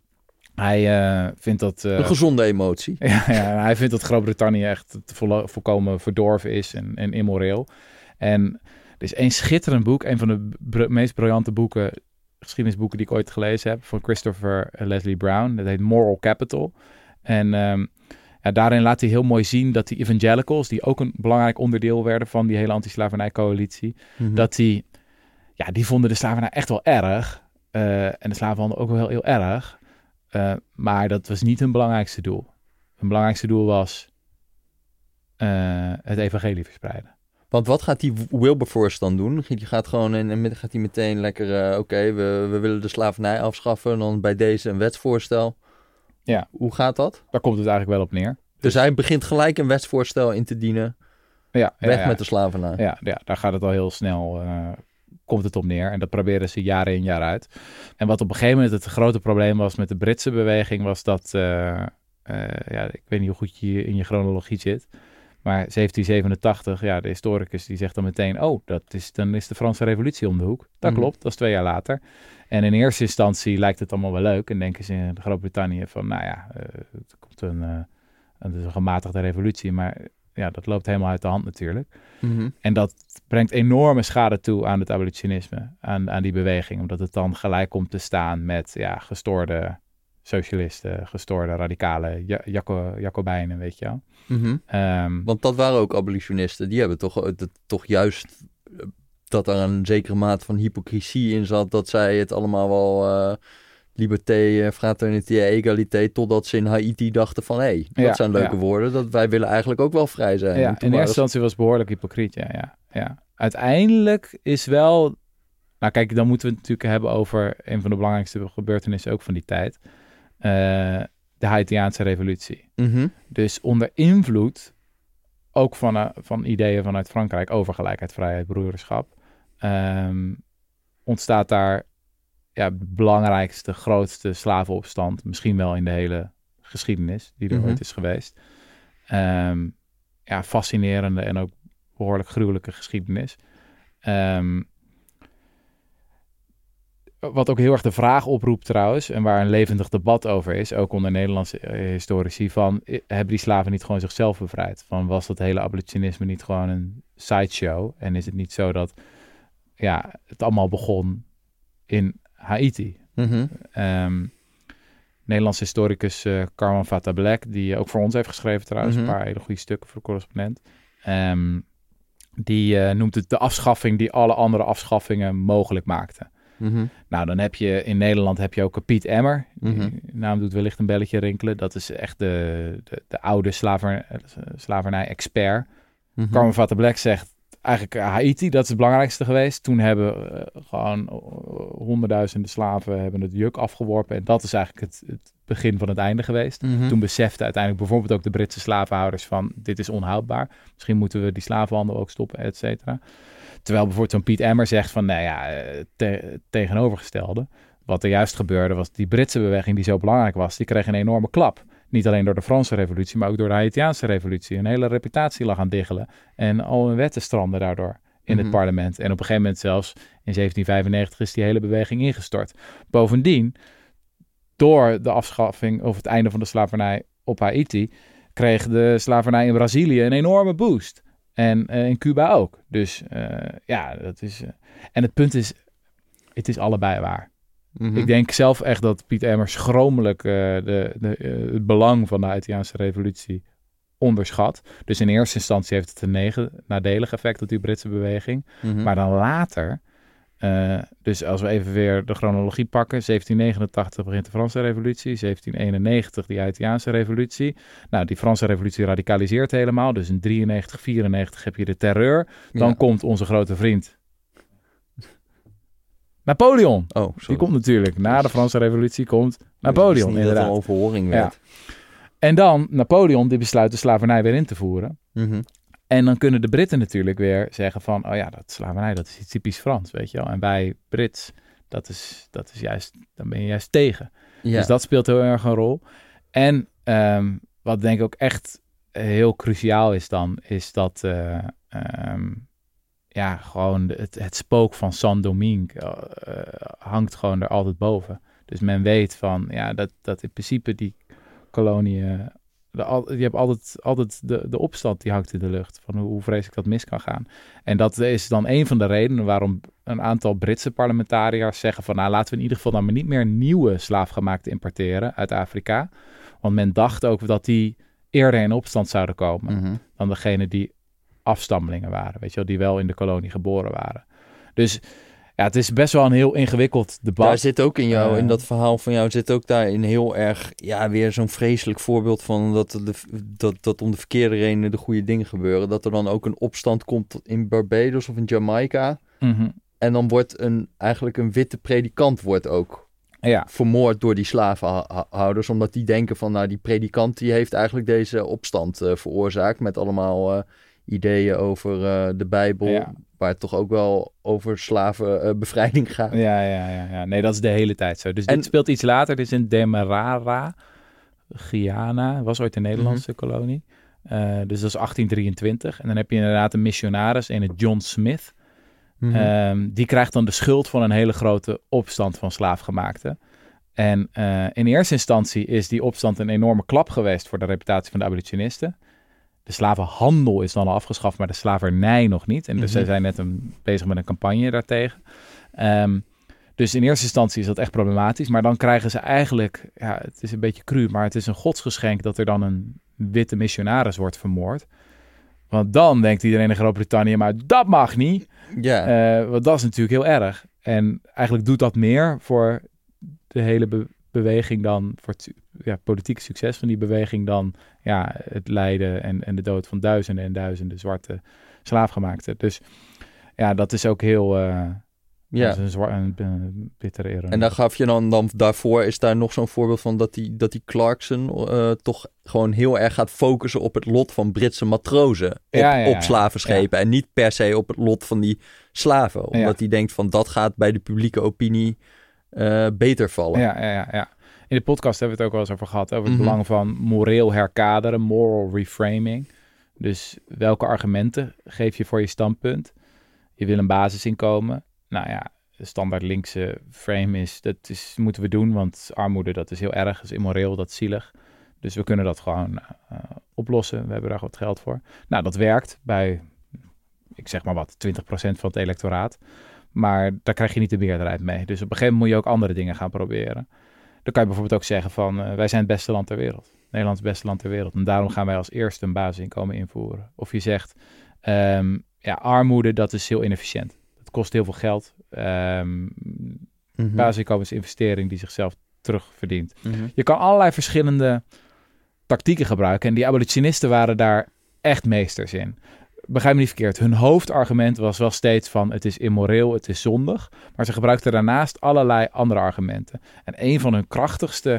A: Hij uh, vindt dat... Uh,
B: een gezonde emotie.
A: Ja, ja, hij vindt dat Groot-Brittannië echt vo- volkomen verdorven is en, en immoreel. En er is één schitterend boek, een van de br- meest briljante boeken, geschiedenisboeken die ik ooit gelezen heb, van Christopher Leslie Brown. Dat heet Moral Capital. En um, ja, daarin laat hij heel mooi zien dat die evangelicals, die ook een belangrijk onderdeel werden van die hele anti-slavernij-coalitie, mm-hmm. dat die, ja, die vonden de slavernij echt wel erg. Uh, en de slavenhandel ook wel heel, heel erg. Uh, maar dat was niet hun belangrijkste doel. Hun belangrijkste doel was uh, het evangelie verspreiden.
B: Want wat gaat die Wilberforce dan doen? Die gaat gewoon en gaat hij meteen lekker, uh, oké, okay, we, we willen de slavernij afschaffen. En dan bij deze een wetsvoorstel.
A: Ja.
B: Hoe gaat dat?
A: Daar komt het eigenlijk wel op neer.
B: Dus, dus hij begint gelijk een wetsvoorstel in te dienen.
A: Ja,
B: weg
A: ja, ja.
B: met de slavernij.
A: Ja, ja, daar gaat het al heel snel... Uh, komt het op neer. En dat proberen ze jaar in, jaar uit. En wat op een gegeven moment het grote probleem was met de Britse beweging, was dat, uh, uh, ja, ik weet niet hoe goed je in je chronologie zit, maar zeventien zevenentachtig, ja, de historicus die zegt dan meteen, oh, dat is, dan is de Franse revolutie om de hoek. Dat mm. klopt, dat is twee jaar later. En in eerste instantie lijkt het allemaal wel leuk en denken ze in Groot-Brittannië van, nou ja, uh, het komt een, uh, het is een gematigde revolutie, maar ja, dat loopt helemaal uit de hand natuurlijk.
B: Mm-hmm.
A: En dat brengt enorme schade toe aan het abolitionisme, aan, aan die beweging. Omdat het dan gelijk komt te staan met ja, gestoorde socialisten, gestoorde radicale ja, Jaco, Jacobijnen, weet je wel.
B: Mm-hmm. Um, Want dat waren ook abolitionisten. Die hebben toch, dat, toch juist dat er een zekere mate van hypocrisie in zat. Dat zij het allemaal wel... Uh, liberté, fraternité, egalité, totdat ze in Haiti dachten van, hé, hey, dat ja, zijn leuke ja. woorden, dat wij willen eigenlijk ook wel vrij zijn.
A: Ja, in eerste instantie was het behoorlijk hypocriet, ja, ja, ja. Uiteindelijk is wel, nou kijk, dan moeten we het natuurlijk hebben over een van de belangrijkste gebeurtenissen ook van die tijd, uh, de Haitiaanse revolutie.
B: Mm-hmm.
A: Dus onder invloed, ook van, uh, van ideeën vanuit Frankrijk over gelijkheid, vrijheid, broederschap, um, ontstaat daar ja, de belangrijkste, grootste slavenopstand, misschien wel in de hele geschiedenis die er mm-hmm. ooit is geweest. Um, ja, fascinerende en ook behoorlijk gruwelijke geschiedenis. Um, wat ook heel erg de vraag oproept trouwens, en waar een levendig debat over is, ook onder Nederlandse historici, van hebben die slaven niet gewoon zichzelf bevrijd? Van was dat hele abolitionisme niet gewoon een sideshow? En is het niet zo dat ja, het allemaal begon in Haiti.
B: Mm-hmm.
A: Um, Nederlandse historicus uh, Carmen Fata Black, die ook voor ons heeft geschreven trouwens, mm-hmm. een paar hele goede stukken voor de correspondent. Um, die uh, noemt het de afschaffing die alle andere afschaffingen mogelijk maakte. Mm-hmm. Nou, dan heb je in Nederland heb je ook Piet Emmer. Mm-hmm. Die naam doet wellicht een belletje rinkelen. Dat is echt de, de, de oude slaver, slavernij-expert. Mm-hmm. Carmen Vata Black zegt eigenlijk Haiti, dat is het belangrijkste geweest. Toen hebben uh, gewoon uh, honderdduizenden slaven hebben het juk afgeworpen. En dat is eigenlijk het, het begin van het einde geweest. Mm-hmm. Toen beseften uiteindelijk bijvoorbeeld ook de Britse slavenhouders van dit is onhoudbaar. Misschien moeten we die slavenhandel ook stoppen, et cetera. Terwijl bijvoorbeeld zo'n Piet Emmer zegt van, nou ja, te, tegenovergestelde. Wat er juist gebeurde was die Britse beweging die zo belangrijk was, die kreeg een enorme klap. Niet alleen door de Franse revolutie, maar ook door de Haitiaanse revolutie. Een hele reputatie lag aan diggelen. En al hun wetten stranden daardoor in mm-hmm. het parlement. En op een gegeven moment zelfs in zeventien vijfennegentig is die hele beweging ingestort. Bovendien, door de afschaffing of het einde van de slavernij op Haiti, kreeg de slavernij in Brazilië een enorme boost. En uh, in Cuba ook. Dus uh, ja, dat is... Uh, en het punt is, het is allebei waar. Mm-hmm. Ik denk zelf echt dat Piet Emmer schromelijk uh, de, de, uh, het belang van de Haitiaanse revolutie onderschat. Dus in eerste instantie heeft het een negen, nadelig effect op die Britse beweging. Mm-hmm. Maar dan later... Uh, dus als we even weer de chronologie pakken. zeventien negenentachtig begint de Franse revolutie. zeventien eenennegentig die Haitiaanse revolutie. Nou, die Franse revolutie radicaliseert helemaal. Dus in drieënnegentig, vierennegentig heb je de terreur. Dan ja. komt onze grote vriend Napoleon. Oh, sorry. Die komt natuurlijk. Na de Franse revolutie komt Napoleon.
B: Niet inderdaad. Dat een overhoring werd.
A: Ja. En dan Napoleon die besluit de slavernij weer in te voeren. Mm-hmm. En dan kunnen de Britten natuurlijk weer zeggen van, oh ja, dat slavernij, dat is iets typisch Frans, weet je wel. En wij Brits, dat is, dat is juist, dan ben je juist tegen. Ja. Dus dat speelt heel erg een rol. En um, wat denk ik ook echt heel cruciaal is dan, is dat, uh, um, ja, gewoon het, het spook van Saint-Domingue uh, uh, hangt gewoon er altijd boven. Dus men weet van, ja, dat, dat in principe die koloniën... De, je hebt altijd, altijd de, de opstand die hangt in de lucht. Van hoe, hoe vreselijk dat mis kan gaan. En dat is dan een van de redenen waarom een aantal Britse parlementariërs zeggen van, nou, laten we in ieder geval dan maar niet meer nieuwe slaafgemaakte importeren uit Afrika. Want men dacht ook dat die eerder in opstand zouden komen mm-hmm. dan degene die afstammelingen waren. Weet je wel, die wel in de kolonie geboren waren. Dus ja, het is best wel een heel ingewikkeld debat.
B: Daar zit ook in jou, uh, in dat verhaal van jou, zit ook daarin heel erg, ja, weer zo'n vreselijk voorbeeld van dat, de, dat, dat om de verkeerde redenen de goede dingen gebeuren. Dat er dan ook een opstand komt in Barbados of in Jamaica. Mm-hmm. En dan wordt een, eigenlijk een witte predikant wordt ook ja. vermoord door die slavenhouders. Omdat die denken van, nou, die predikant die heeft eigenlijk deze opstand uh, veroorzaakt met allemaal uh, ideeën over uh, de Bijbel. Ja. Waar het toch ook wel over slavenbevrijding uh, gaat.
A: Ja, ja, ja, ja. Nee, dat is de hele tijd zo. Dus en, dit speelt iets later. Dit is in Demerara, Guyana. Was ooit een Nederlandse mm-hmm. kolonie. Uh, dus dat is achttien drieëntwintig. En dan heb je inderdaad een missionaris, een John Smith. Mm-hmm. Um, die krijgt dan de schuld van een hele grote opstand van slaafgemaakten. En uh, in eerste instantie is die opstand een enorme klap geweest voor de reputatie van de abolitionisten. De slavenhandel is dan al afgeschaft, maar de slavernij nog niet. En dus mm-hmm. zij zijn net een, bezig met een campagne daartegen. Um, dus in eerste instantie is dat echt problematisch. Maar dan krijgen ze eigenlijk, ja, het is een beetje cru, maar het is een godsgeschenk dat er dan een witte missionaris wordt vermoord. Want dan denkt iedereen in Groot-Brittannië, maar dat mag niet. Yeah. Uh, want dat is natuurlijk heel erg. En eigenlijk doet dat meer voor de hele be- beweging dan, voor het ja, politieke succes van die beweging dan ja, het lijden en, en de dood van duizenden en duizenden zwarte slaafgemaakten. Dus ja, dat is ook heel... Uh, ja. Dat is een, zwa- een, een bittere ironie.
B: En dan gaf je dan, dan daarvoor, is daar nog zo'n voorbeeld van dat die, dat die Clarkson uh, toch gewoon heel erg gaat focussen op het lot van Britse matrozen op, ja, ja, ja, op slavenschepen. Ja. En niet per se op het lot van die slaven. Omdat ja. hij denkt van dat gaat bij de publieke opinie uh, beter vallen.
A: Ja, ja, ja, ja. In de podcast hebben we het ook wel eens over gehad. Over het mm-hmm. belang van moreel herkaderen, moral reframing. Dus welke argumenten geef je voor je standpunt? Je wil een basisinkomen. Nou ja, de standaard linkse frame is, dat is, moeten we doen, want armoede, dat is heel erg, dat is immoreel, dat is zielig. Dus we kunnen dat gewoon uh, oplossen, we hebben daar wat geld voor. Nou, dat werkt bij, ik zeg maar wat, twintig procent van het electoraat. Maar daar krijg je niet de meerderheid mee. Dus op een gegeven moment moet je ook andere dingen gaan proberen. Dan kan je bijvoorbeeld ook zeggen van, uh, wij zijn het beste land ter wereld. Nederland is het beste land ter wereld. En daarom gaan wij als eerste een basisinkomen invoeren. Of je zegt, um, ja, armoede, dat is heel inefficiënt. Het kost heel veel geld. Um,
B: Mm-hmm.
A: Basisinkomensinvestering die zichzelf terugverdient.
B: Mm-hmm.
A: Je kan allerlei verschillende tactieken gebruiken. En die abolitionisten waren daar echt meesters in. Begrijp me niet verkeerd. Hun hoofdargument was wel steeds van het is immoreel, het is zondig. Maar ze gebruikten daarnaast allerlei andere argumenten. En een van hun krachtigste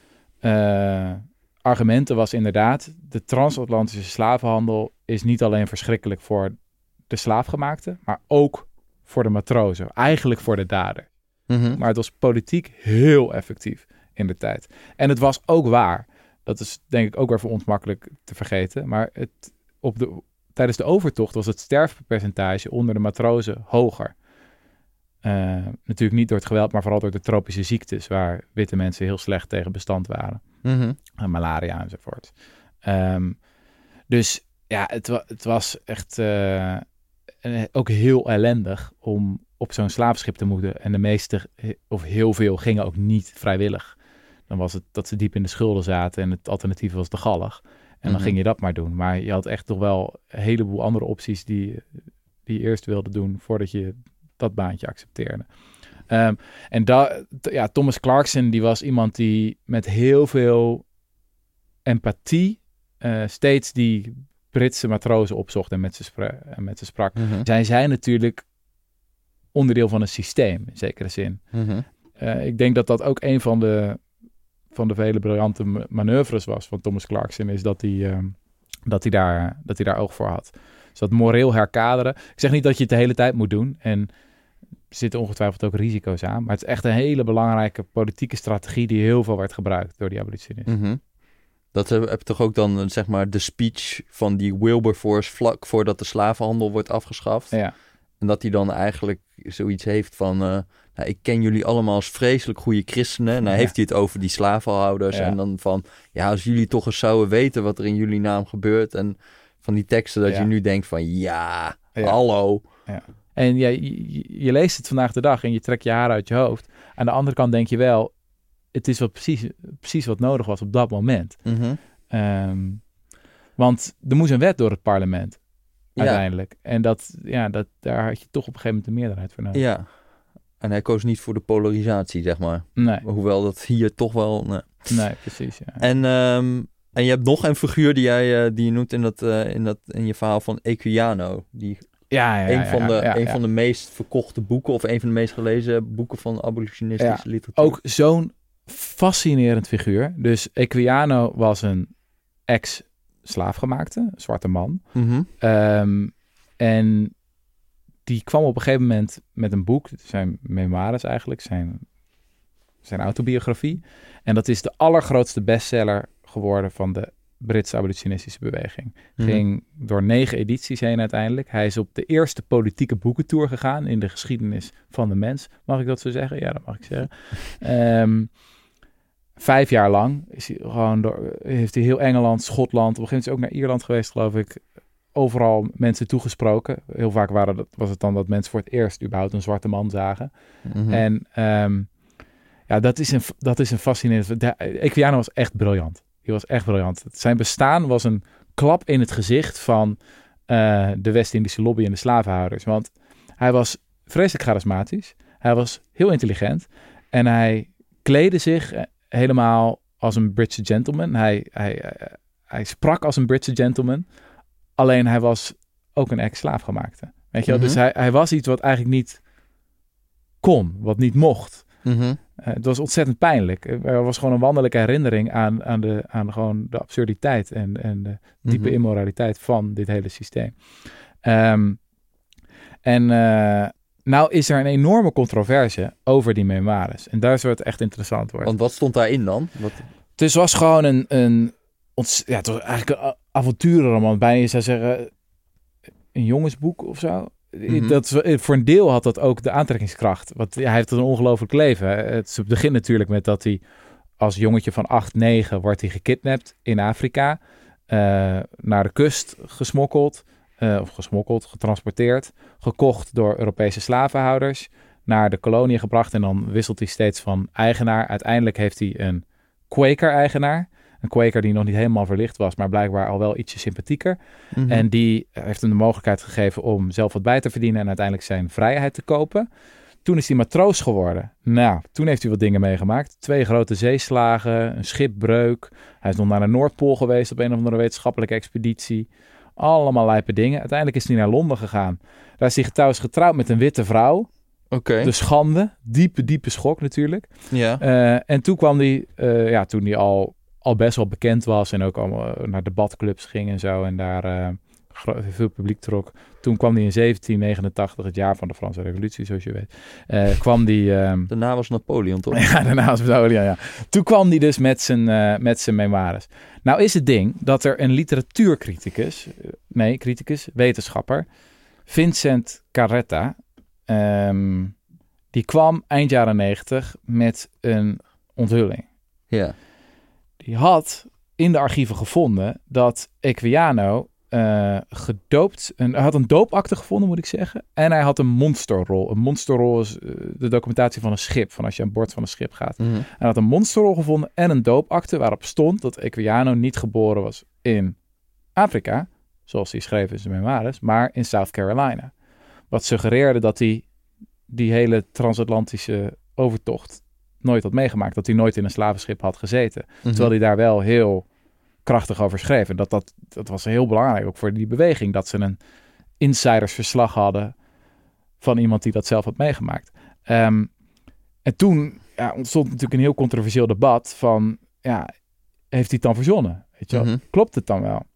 A: uh, argumenten was inderdaad... de transatlantische slavenhandel is niet alleen verschrikkelijk voor de slaafgemaakte... maar ook voor de matrozen. Eigenlijk voor de dader.
B: Mm-hmm.
A: Maar het was politiek heel effectief in de tijd. En het was ook waar. Dat is denk ik ook weer voor ons makkelijk te vergeten. Maar het, op de, tijdens de overtocht was het sterfpercentage onder de matrozen hoger. Uh, natuurlijk niet door het geweld, maar vooral door de tropische ziektes... waar witte mensen heel slecht tegen bestand waren.
B: Mm-hmm.
A: En malaria enzovoort. Um, dus ja, het, wa- het was echt uh, ook heel ellendig om op zo'n slavenschip te moeten. En de meeste, of heel veel, gingen ook niet vrijwillig. Dan was het dat ze diep in de schulden zaten en het alternatief was de galg. En dan
B: Mm-hmm.
A: ging je dat maar doen. Maar je had echt toch wel een heleboel andere opties die, die je eerst wilde doen voordat je dat baantje accepteerde. Um, en da, t- ja, Thomas Clarkson, die was iemand die met heel veel empathie uh, steeds die Britse matrozen opzocht en met ze, spra- en met ze sprak.
B: Mm-hmm.
A: Zij zijn natuurlijk onderdeel van een systeem, in zekere zin.
B: Mm-hmm.
A: Uh, ik denk dat dat ook een van de, van de vele briljante ma- manoeuvres was van Thomas Clarkson, is dat hij, uh, dat hij, daar, dat hij daar oog voor had. Dus dat moreel herkaderen. Ik zeg niet dat je het de hele tijd moet doen. En er zitten ongetwijfeld ook risico's aan. Maar het is echt een hele belangrijke politieke strategie die heel veel werd gebruikt door die abolitionisten.
B: Mm-hmm. Dat heb je toch ook dan, zeg maar, de speech van die Wilberforce vlak voordat de slavenhandel wordt afgeschaft.
A: Ja.
B: En dat hij dan eigenlijk zoiets heeft van... Uh, nou, ik ken jullie allemaal als vreselijk goede christenen. En dan
A: Ja.
B: heeft hij het over die slavenhouders.
A: Ja.
B: En dan van, ja, als jullie toch eens zouden weten wat er in jullie naam gebeurt. En van die teksten dat
A: Ja.
B: je nu denkt van, ja,
A: Ja.
B: hallo.
A: Ja. En ja, je, je, je leest het vandaag de dag en je trekt je haar uit je hoofd. Aan de andere kant denk je wel, het is wat precies, precies wat nodig was op dat moment.
B: Mm-hmm.
A: Um, want er moest een wet door het parlement,
B: Ja.
A: uiteindelijk. En dat, ja, dat, daar had je toch op een gegeven moment een meerderheid voor nodig.
B: Ja. En hij koos niet voor de polarisatie, zeg maar.
A: Nee,
B: Hoewel dat hier toch wel... Nee.
A: nee precies. Ja.
B: En, um, en je hebt nog een figuur die, jij, uh, die je noemt in, dat, uh, in, dat, in je verhaal van Equiano. Die
A: Ja, ja, ja,
B: een van,
A: ja,
B: de,
A: ja,
B: een
A: ja.
B: van de meest verkochte boeken... of een van de meest gelezen boeken van abolitionistische
A: Ja,
B: literatuur.
A: Ook zo'n fascinerend figuur. Dus Equiano was een ex-slaafgemaakte, een zwarte man.
B: Mm-hmm.
A: Um, en die kwam op een gegeven moment met een boek, zijn memoires eigenlijk, zijn, zijn autobiografie. En dat is de allergrootste bestseller geworden van de Britse abolitionistische beweging.
B: Mm-hmm. Ging
A: door negen edities heen uiteindelijk. Hij is op de eerste politieke boekentour gegaan in de geschiedenis van de mens. Mag ik dat zo zeggen? Ja, dat mag ik zeggen. um, vijf jaar lang is hij gewoon door, heeft hij heel Engeland, Schotland, op een gegeven moment is hij ook naar Ierland geweest, geloof ik. Overal mensen toegesproken. Heel vaak waren dat, was het dan dat mensen voor het eerst überhaupt een zwarte man zagen.
B: Mm-hmm.
A: En um, ja, dat is een, dat is een fascinerend... Equiano was echt briljant. Die was echt briljant. Zijn bestaan was een klap in het gezicht van uh, de West-Indische lobby en de slavenhouders. Want hij was vreselijk charismatisch. Hij was heel intelligent. En hij kleedde zich helemaal als een Britse gentleman. Hij, hij, uh, hij sprak als een Britse gentleman. Alleen hij was ook een ex-slaafgemaakte. Weet je wel?
B: Mm-hmm.
A: Dus hij, hij was iets wat eigenlijk niet kon, wat niet mocht.
B: Mm-hmm.
A: Uh, het was ontzettend pijnlijk. Er was gewoon een wonderlijke herinnering aan, aan, de, aan gewoon de absurditeit en, en de diepe
B: Mm-hmm.
A: immoraliteit van dit hele systeem. Um, en uh, nou is er een enorme controverse over die memoires. En daar is waar het echt interessant wordt.
B: Want wat stond daarin dan? Wat...
A: Dus het was gewoon een... een ont, ja, het was eigenlijk een avonturenroman. Bijna je zou zeggen een jongensboek of zo. Mm-hmm. Dat, voor een deel had dat ook de aantrekkingskracht. Want ja, hij heeft een ongelooflijk leven. Het begint natuurlijk met dat hij als jongetje van acht, negen wordt hij gekidnapt in Afrika. Uh, naar de kust gesmokkeld. Uh, of gesmokkeld, getransporteerd. Gekocht door Europese slavenhouders. Naar de koloniën gebracht. En dan wisselt hij steeds van eigenaar. Uiteindelijk heeft hij een Quaker-eigenaar. Een Quaker die nog niet helemaal verlicht was, maar blijkbaar al wel ietsje sympathieker.
B: Mm-hmm.
A: En die heeft hem de mogelijkheid gegeven om zelf wat bij te verdienen en uiteindelijk zijn vrijheid te kopen. Toen is hij matroos geworden. Nou, toen heeft hij wat dingen meegemaakt. Twee grote zeeslagen, een schipbreuk. Hij is nog naar de Noordpool geweest op een of andere wetenschappelijke expeditie. Allemaal lijpe dingen. Uiteindelijk is hij naar Londen gegaan. Daar is hij trouwens getrouwd met een witte vrouw.
B: Okay.
A: De schande. Diepe, diepe schok natuurlijk.
B: Ja.
A: Uh, en toen kwam hij, uh, ja, toen hij al, al best wel bekend was en ook allemaal naar debatclubs ging en zo en daar uh, veel publiek trok. Toen kwam hij in zeventien negenentachtig, het jaar van de Franse Revolutie, zoals je weet. Uh, kwam die. Uh,
B: daarna was Napoleon, toch?
A: Ja, daarna was Napoleon, ja. Toen kwam hij dus met zijn, uh, met zijn memoires. Nou is het ding dat er een literatuurcriticus, nee, criticus, wetenschapper, Vincent Carretta, um, die kwam eind jaren negentig met een onthulling.
B: Ja.
A: Die had in de archieven gevonden dat Equiano uh, gedoopt, een, hij had een doopakte gevonden, moet ik zeggen, en hij had een monsterrol. Een monsterrol is uh, de documentatie van een schip, van als je aan boord van een schip gaat.
B: Mm-hmm.
A: Hij had een monsterrol gevonden en een doopakte waarop stond dat Equiano niet geboren was in Afrika, zoals hij schreef in zijn memoires, maar in South Carolina. Wat suggereerde dat hij die hele transatlantische overtocht nooit had meegemaakt. Dat hij nooit in een slavenschip had gezeten. Mm-hmm. Terwijl hij daar wel heel krachtig over schreef. En dat, dat, dat was heel belangrijk ook voor die beweging. Dat ze een insidersverslag hadden van iemand die dat zelf had meegemaakt. Um, en toen ja, ontstond natuurlijk een heel controversieel debat van, ja, heeft hij het dan verzonnen? Weet je wel? Mm-hmm. Klopt het dan wel?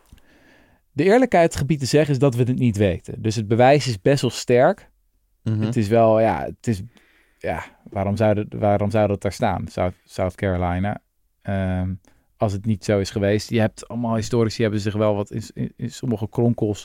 A: De eerlijkheid gebied te zeggen is dat we het niet weten. Dus het bewijs is best wel sterk. Mm-hmm. Het is wel, ja, het is, ja, waarom zou, de, waarom zou dat daar staan? South, South Carolina. Um, als het niet zo is geweest. Je hebt allemaal historici hebben zich wel wat in, in, in sommige kronkels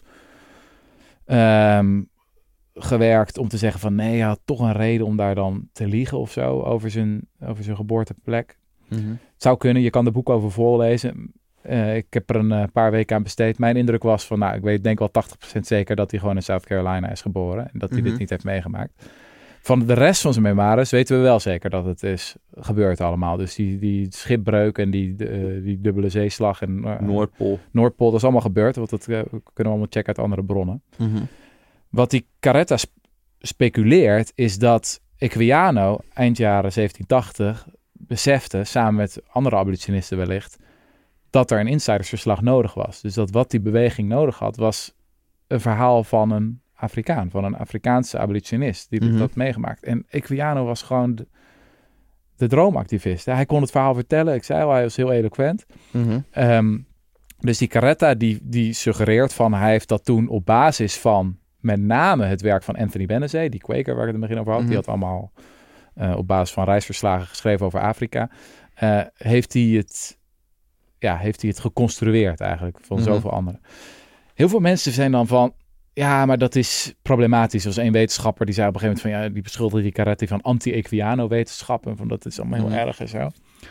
A: um, gewerkt om te zeggen van nee, hij had toch een reden om daar dan te liegen of zo over zijn, over zijn geboorteplek. Mm-hmm. Het zou kunnen, je kan er boek over voorlezen. Uh, ik heb er een uh, paar weken aan besteed. Mijn indruk was van, nou, ik weet denk wel tachtig procent zeker dat hij gewoon in South Carolina is geboren. En dat hij mm-hmm. dit niet heeft meegemaakt. Van de rest van zijn memoires weten we wel zeker dat het is gebeurd allemaal. Dus die, die schipbreuk en die, uh, die dubbele zeeslag en uh,
B: Noordpool.
A: Noordpool, dat is allemaal gebeurd. Want dat uh, kunnen we allemaal checken uit andere bronnen.
B: Mm-hmm.
A: Wat die Carretta sp- speculeert is dat Equiano eind jaren zeventien tachtig besefte, samen met andere abolitionisten wellicht, dat er een insidersverslag nodig was. Dus dat wat die beweging nodig had, was een verhaal van een Afrikaan, van een Afrikaanse abolitionist die mm-hmm. dat had meegemaakt. En Equiano was gewoon de, de droomactivist. Hij kon het verhaal vertellen. Ik zei al, hij was heel eloquent.
B: Mm-hmm.
A: Um, dus die Carretta, die, die suggereert van, hij heeft dat toen op basis van met name het werk van Anthony Benezet, die Quaker waar ik het in het begin over had, mm-hmm. die had allemaal uh, op basis van reisverslagen geschreven over Afrika, uh, heeft hij het ja, heeft hij het geconstrueerd eigenlijk van mm-hmm. zoveel anderen. Heel veel mensen zijn dan van, ja, maar dat is problematisch. Er was één wetenschapper die zei op een gegeven moment van, ja, die beschuldigde die Carretta van anti-Equiano-wetenschap en van dat is allemaal heel mm-hmm. erg en zo.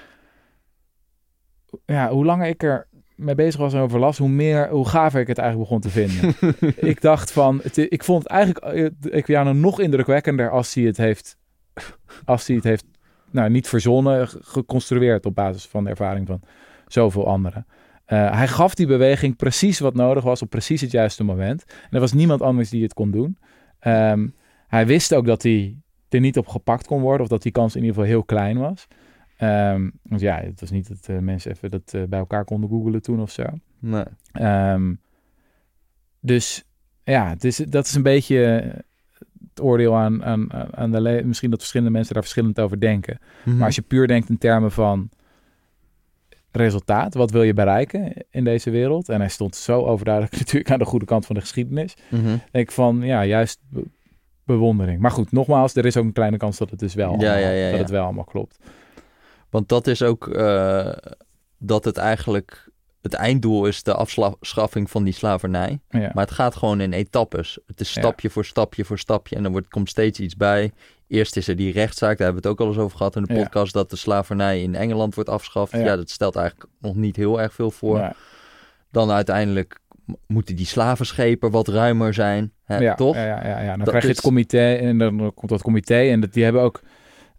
A: Ja, hoe langer ik er mee bezig was en over las, hoe meer, hoe gaver ik het eigenlijk begon te vinden. Ik dacht van, het, ik vond het eigenlijk Equiano nog indrukwekkender als hij het heeft, als hij het heeft, nou, niet verzonnen, geconstrueerd op basis van de ervaring van zoveel anderen. Uh, hij gaf die beweging precies wat nodig was op precies het juiste moment. En er was niemand anders die het kon doen. Um, hij wist ook dat hij er niet op gepakt kon worden, of dat die kans in ieder geval heel klein was. Um, want ja, het was niet dat uh, mensen even dat uh, bij elkaar konden googlen toen of zo.
B: Nee. Um,
A: dus ja, het is, dat is een beetje het oordeel aan, aan, aan de le- misschien dat verschillende mensen daar verschillend over denken. Mm-hmm. Maar als je puur denkt in termen van resultaat, wat wil je bereiken in deze wereld? En hij stond zo overduidelijk natuurlijk aan de goede kant van de geschiedenis.
B: Mm-hmm.
A: Denk ik van, ja, juist be- bewondering. Maar goed, nogmaals, er is ook een kleine kans dat het dus wel,
B: ja,
A: allemaal,
B: ja, ja,
A: dat
B: ja.
A: het wel allemaal klopt.
B: Want dat is ook uh, dat het eigenlijk het einddoel is de afschaffing van die slavernij.
A: Ja.
B: Maar het gaat gewoon in etappes. Het is stapje ja. voor stapje voor stapje en dan wordt, komt steeds iets bij. Eerst is er die rechtszaak, daar hebben we het ook al eens over gehad in de podcast, ja. dat de slavernij in Engeland wordt afgeschaft. Ja. ja, dat stelt eigenlijk nog niet heel erg veel voor. Ja. Dan uiteindelijk moeten die slavenschepen wat ruimer zijn, hè,
A: ja,
B: toch?
A: Ja, ja, ja, ja. Dan dat krijg je het comité en dan komt dat comité en dat, die hebben ook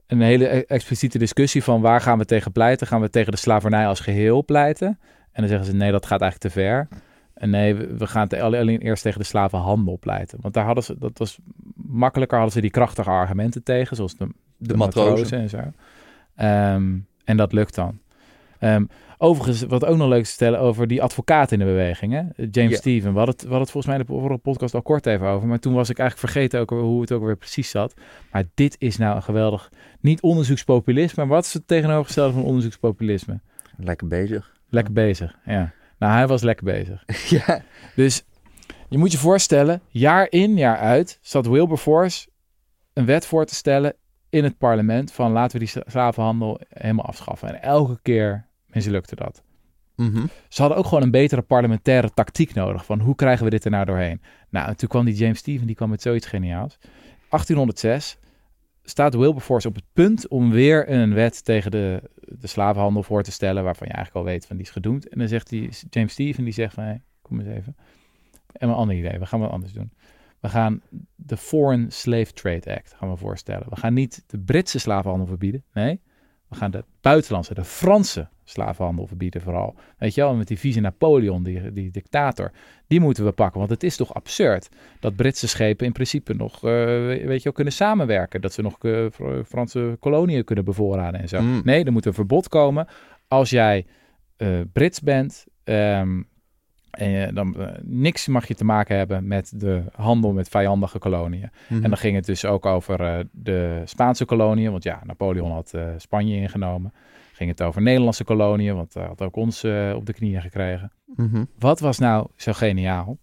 A: een hele expliciete discussie van waar gaan we tegen pleiten? Gaan we tegen de slavernij als geheel pleiten? En dan zeggen ze nee, dat gaat eigenlijk te ver. En nee, we gaan te, alleen eerst tegen de slavenhandel pleiten. Want daar hadden ze, dat was makkelijker, hadden ze die krachtige argumenten tegen, zoals de, de, de matrozen. matrozen en zo. Um, en dat lukt dan. Um, overigens, wat ook nog leuk is te stellen over die advocaat in de beweging, hè? James yeah. Steven. We hadden, het, we hadden het volgens mij in de vorige podcast al kort even over, maar toen was ik eigenlijk vergeten ook hoe het ook weer precies zat. Maar dit is nou een geweldig, niet onderzoekspopulisme, maar wat is het tegenovergestelde van onderzoekspopulisme?
B: Lekker bezig.
A: Lekker bezig, ja. Nou, hij was lekker bezig.
B: ja.
A: Dus je moet je voorstellen, jaar in, jaar uit, zat Wilberforce een wet voor te stellen in het parlement van laten we die slavenhandel helemaal afschaffen. En elke keer mislukte dat.
B: Mm-hmm.
A: Ze hadden ook gewoon een betere parlementaire tactiek nodig. Van hoe krijgen we dit er nou doorheen? Nou, en toen kwam die James Steven, die kwam met zoiets geniaals. achttienhonderdzes staat Wilberforce op het punt om weer een wet tegen de, de slavenhandel voor te stellen, waarvan je eigenlijk al weet van die is gedoemd. En dan zegt die James Steven, die zegt van, hey, kom eens even. En een ander idee, we gaan wat anders doen. We gaan de Foreign Slave Trade Act gaan we voorstellen. We gaan niet de Britse slavenhandel verbieden, nee. We gaan de buitenlandse, de Franse slavenhandel verbieden vooral. Weet je wel, met die vieze Napoleon, die, die dictator, die moeten we pakken. Want het is toch absurd dat Britse schepen in principe nog, uh, weet je wel, kunnen samenwerken. Dat ze nog uh, Franse koloniën kunnen bevoorraden en zo. Mm. Nee, er moet een verbod komen. Als jij uh, Brits bent, um, en je, dan uh, niks mag je te maken hebben met de handel met vijandige koloniën. Mm-hmm. En dan ging het dus ook over uh, de Spaanse koloniën. Want ja, Napoleon had uh, Spanje ingenomen. Ging het over Nederlandse koloniën, want hij uh, had ook ons uh, op de knieën gekregen.
B: Mm-hmm.
A: Wat was nou zo geniaal?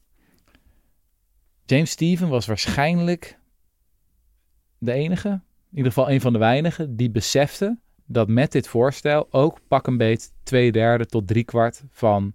A: James Steven was waarschijnlijk de enige, in ieder geval een van de weinigen, die besefte dat met dit voorstel ook pak een beet twee derde tot drie kwart van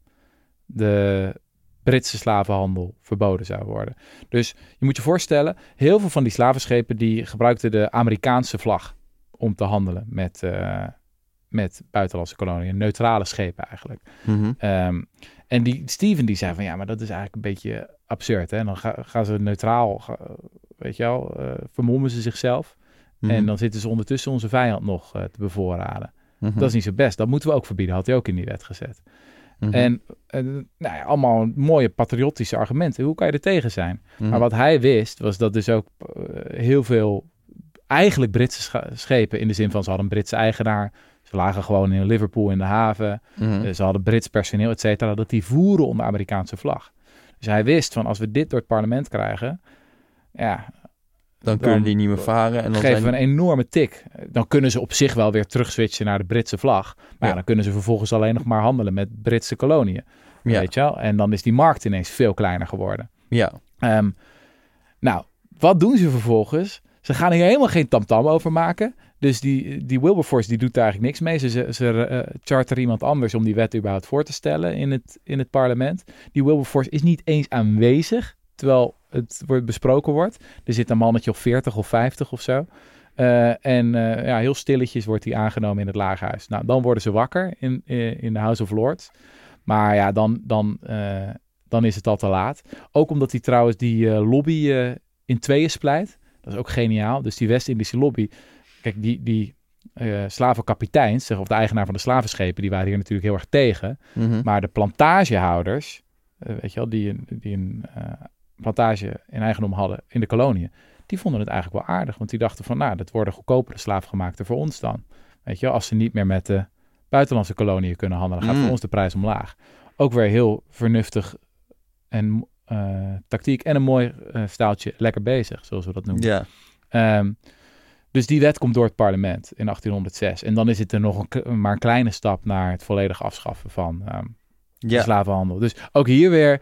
A: de Britse slavenhandel verboden zou worden. Dus je moet je voorstellen, heel veel van die slavenschepen die gebruikten de Amerikaanse vlag om te handelen met, uh, met buitenlandse koloniën, neutrale schepen eigenlijk.
B: Mm-hmm.
A: Um, en die Steven die zei van ja, maar dat is eigenlijk een beetje absurd. Hè? Dan ga, gaan ze neutraal, ga, weet je wel, uh, vermommen ze zichzelf. Mm-hmm. En dan zitten ze ondertussen onze vijand nog uh, te bevoorraden. Mm-hmm. Dat is niet zo best. Dat moeten we ook verbieden, had hij ook in die wet gezet. Mm-hmm. En uh, nou ja, allemaal mooie patriotische argumenten. Hoe kan je er tegen zijn? Mm-hmm. Maar wat hij wist, was dat dus ook uh, heel veel eigenlijk Britse sch- schepen, in de zin van ze hadden een Britse eigenaar, ze lagen gewoon in Liverpool in de haven,
B: mm-hmm.
A: uh, ze hadden Brits personeel, et cetera, dat die voeren onder Amerikaanse vlag. Dus hij wist van als we dit door het parlement krijgen, ja,
B: dan kunnen die niet meer varen. En dan
A: geven
B: zijn...
A: we een enorme tik. Dan kunnen ze op zich wel weer terugswitchen naar de Britse vlag. Maar ja. Ja, dan kunnen ze vervolgens alleen nog maar handelen met Britse koloniën. Ja. Weet je wel? En dan is die markt ineens veel kleiner geworden.
B: Ja.
A: Um, nou, wat doen ze vervolgens? Ze gaan hier helemaal geen tamtam over maken. Dus die, die Wilberforce die doet daar eigenlijk niks mee. Ze, ze uh, charteren iemand anders om die wet überhaupt voor te stellen in het, in het parlement. Die Wilberforce is niet eens aanwezig, terwijl het wordt besproken wordt. Er zit een mannetje of veertig of vijftig of zo. Uh, en uh, ja, heel stilletjes wordt hij aangenomen in het lagerhuis. Nou, dan worden ze wakker in, in de House of Lords. Maar ja, dan, dan, uh, dan is het al te laat. Ook omdat hij trouwens die uh, lobby uh, in tweeën splijt. Dat is ook geniaal. Dus die West-Indische lobby. Kijk, die, die uh, slavenkapiteins, of de eigenaar van de slavenschepen, die waren hier natuurlijk heel erg tegen.
B: Mm-hmm.
A: Maar de plantagehouders, uh, weet je wel, die, die een uh, plantage in eigendom hadden in de koloniën, die vonden het eigenlijk wel aardig. Want die dachten van, nou, dat worden goedkopere slaafgemaakten voor ons dan. Weet je wel, als ze niet meer met de buitenlandse koloniën kunnen handelen, gaat mm. voor ons de prijs omlaag. Ook weer heel vernuftig en uh, tactiek en een mooi uh, staaltje lekker bezig, zoals we dat noemen.
B: Yeah.
A: Um, dus die wet komt door het parlement in achttienhonderdzes. En dan is het er nog een, maar een kleine stap naar het volledig afschaffen van um, yeah. de slavenhandel. Dus ook hier weer,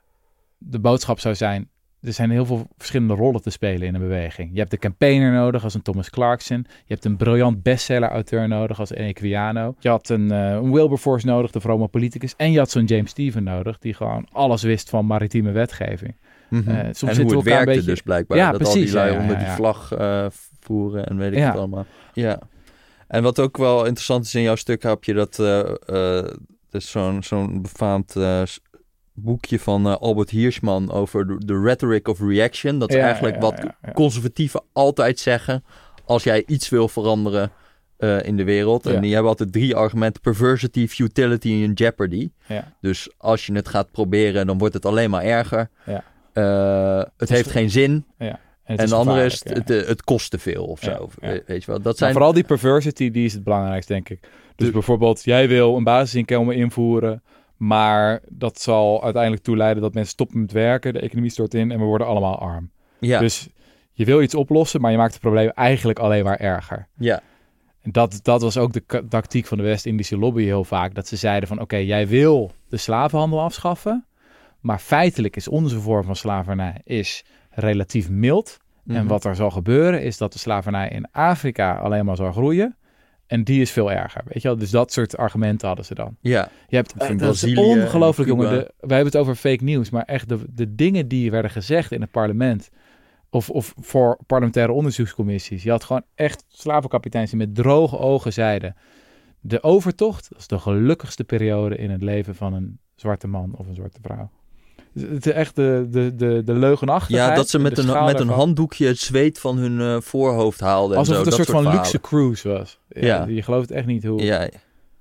A: de boodschap zou zijn, er zijn heel veel verschillende rollen te spelen in een beweging. Je hebt de campaigner nodig als een Thomas Clarkson. Je hebt een briljant bestseller-auteur nodig als een Equiano. Je had een, uh, een Wilberforce nodig, de vrome politicus. En je had zo'n James Steven nodig, die gewoon alles wist van maritieme wetgeving.
B: Mm-hmm. Uh, soms en hoe het werkte beetje... dus blijkbaar.
A: Ja,
B: dat
A: precies,
B: al die lui
A: ja, ja,
B: onder
A: ja.
B: die vlag uh, voeren en weet ik
A: ja.
B: het allemaal. Ja. En wat ook wel interessant is in jouw stuk, heb je dat uh, uh, dus zo'n, zo'n befaamd uh, boekje van uh, Albert Hirschman over de, de rhetoric of reaction. Dat is
A: ja,
B: eigenlijk
A: ja,
B: wat
A: ja, ja.
B: conservatieven altijd zeggen als jij iets wil veranderen uh, in de wereld. En ja. die hebben altijd drie argumenten. Perversity, futility en jeopardy. Ja. Dus als je het gaat proberen, dan wordt het alleen maar erger. Ja. Uh, het, het heeft geen zin. Ja. En, en de andere is, het, ja. het, het kost te veel of zo. Ja, ja. Weet je wel. Dat zijn...
A: vooral die perversity, die is het belangrijkste, denk ik. Dus, dus bijvoorbeeld, jij wil een basisinkomen invoeren, maar dat zal uiteindelijk toeleiden dat mensen stoppen met werken, de economie stort in en we worden allemaal arm. Ja. Dus je wil iets oplossen, maar je maakt het probleem eigenlijk alleen maar erger. Ja. En dat, dat was ook de k- tactiek van de West-Indische lobby heel vaak. Dat ze zeiden van, oké, okay, jij wil de slavenhandel afschaffen, maar feitelijk is onze vorm van slavernij is relatief mild. Mm-hmm. En wat er zal gebeuren is dat de slavernij in Afrika alleen maar zal groeien. En die is veel erger, weet je wel. Dus dat soort argumenten hadden ze dan. Ja. Je hebt uh, dat is ongelooflijk, jongen. De, wij hebben het over fake news, maar echt de, de dingen die werden gezegd in het parlement of, of voor parlementaire onderzoekscommissies. Je had gewoon echt slavenkapiteins die met droge ogen zeiden: de overtocht, dat is de gelukkigste periode in het leven van een zwarte man of een zwarte vrouw. Het is echt de, de, de, de leugenachtigheid.
B: Ja, dat ze met, een, met een handdoekje het zweet van hun uh, voorhoofd haalden.
A: Alsof
B: en
A: het
B: zo,
A: een soort van
B: verhalen.
A: luxe cruise was. Ja, ja. Je gelooft echt niet hoe...
B: Ja.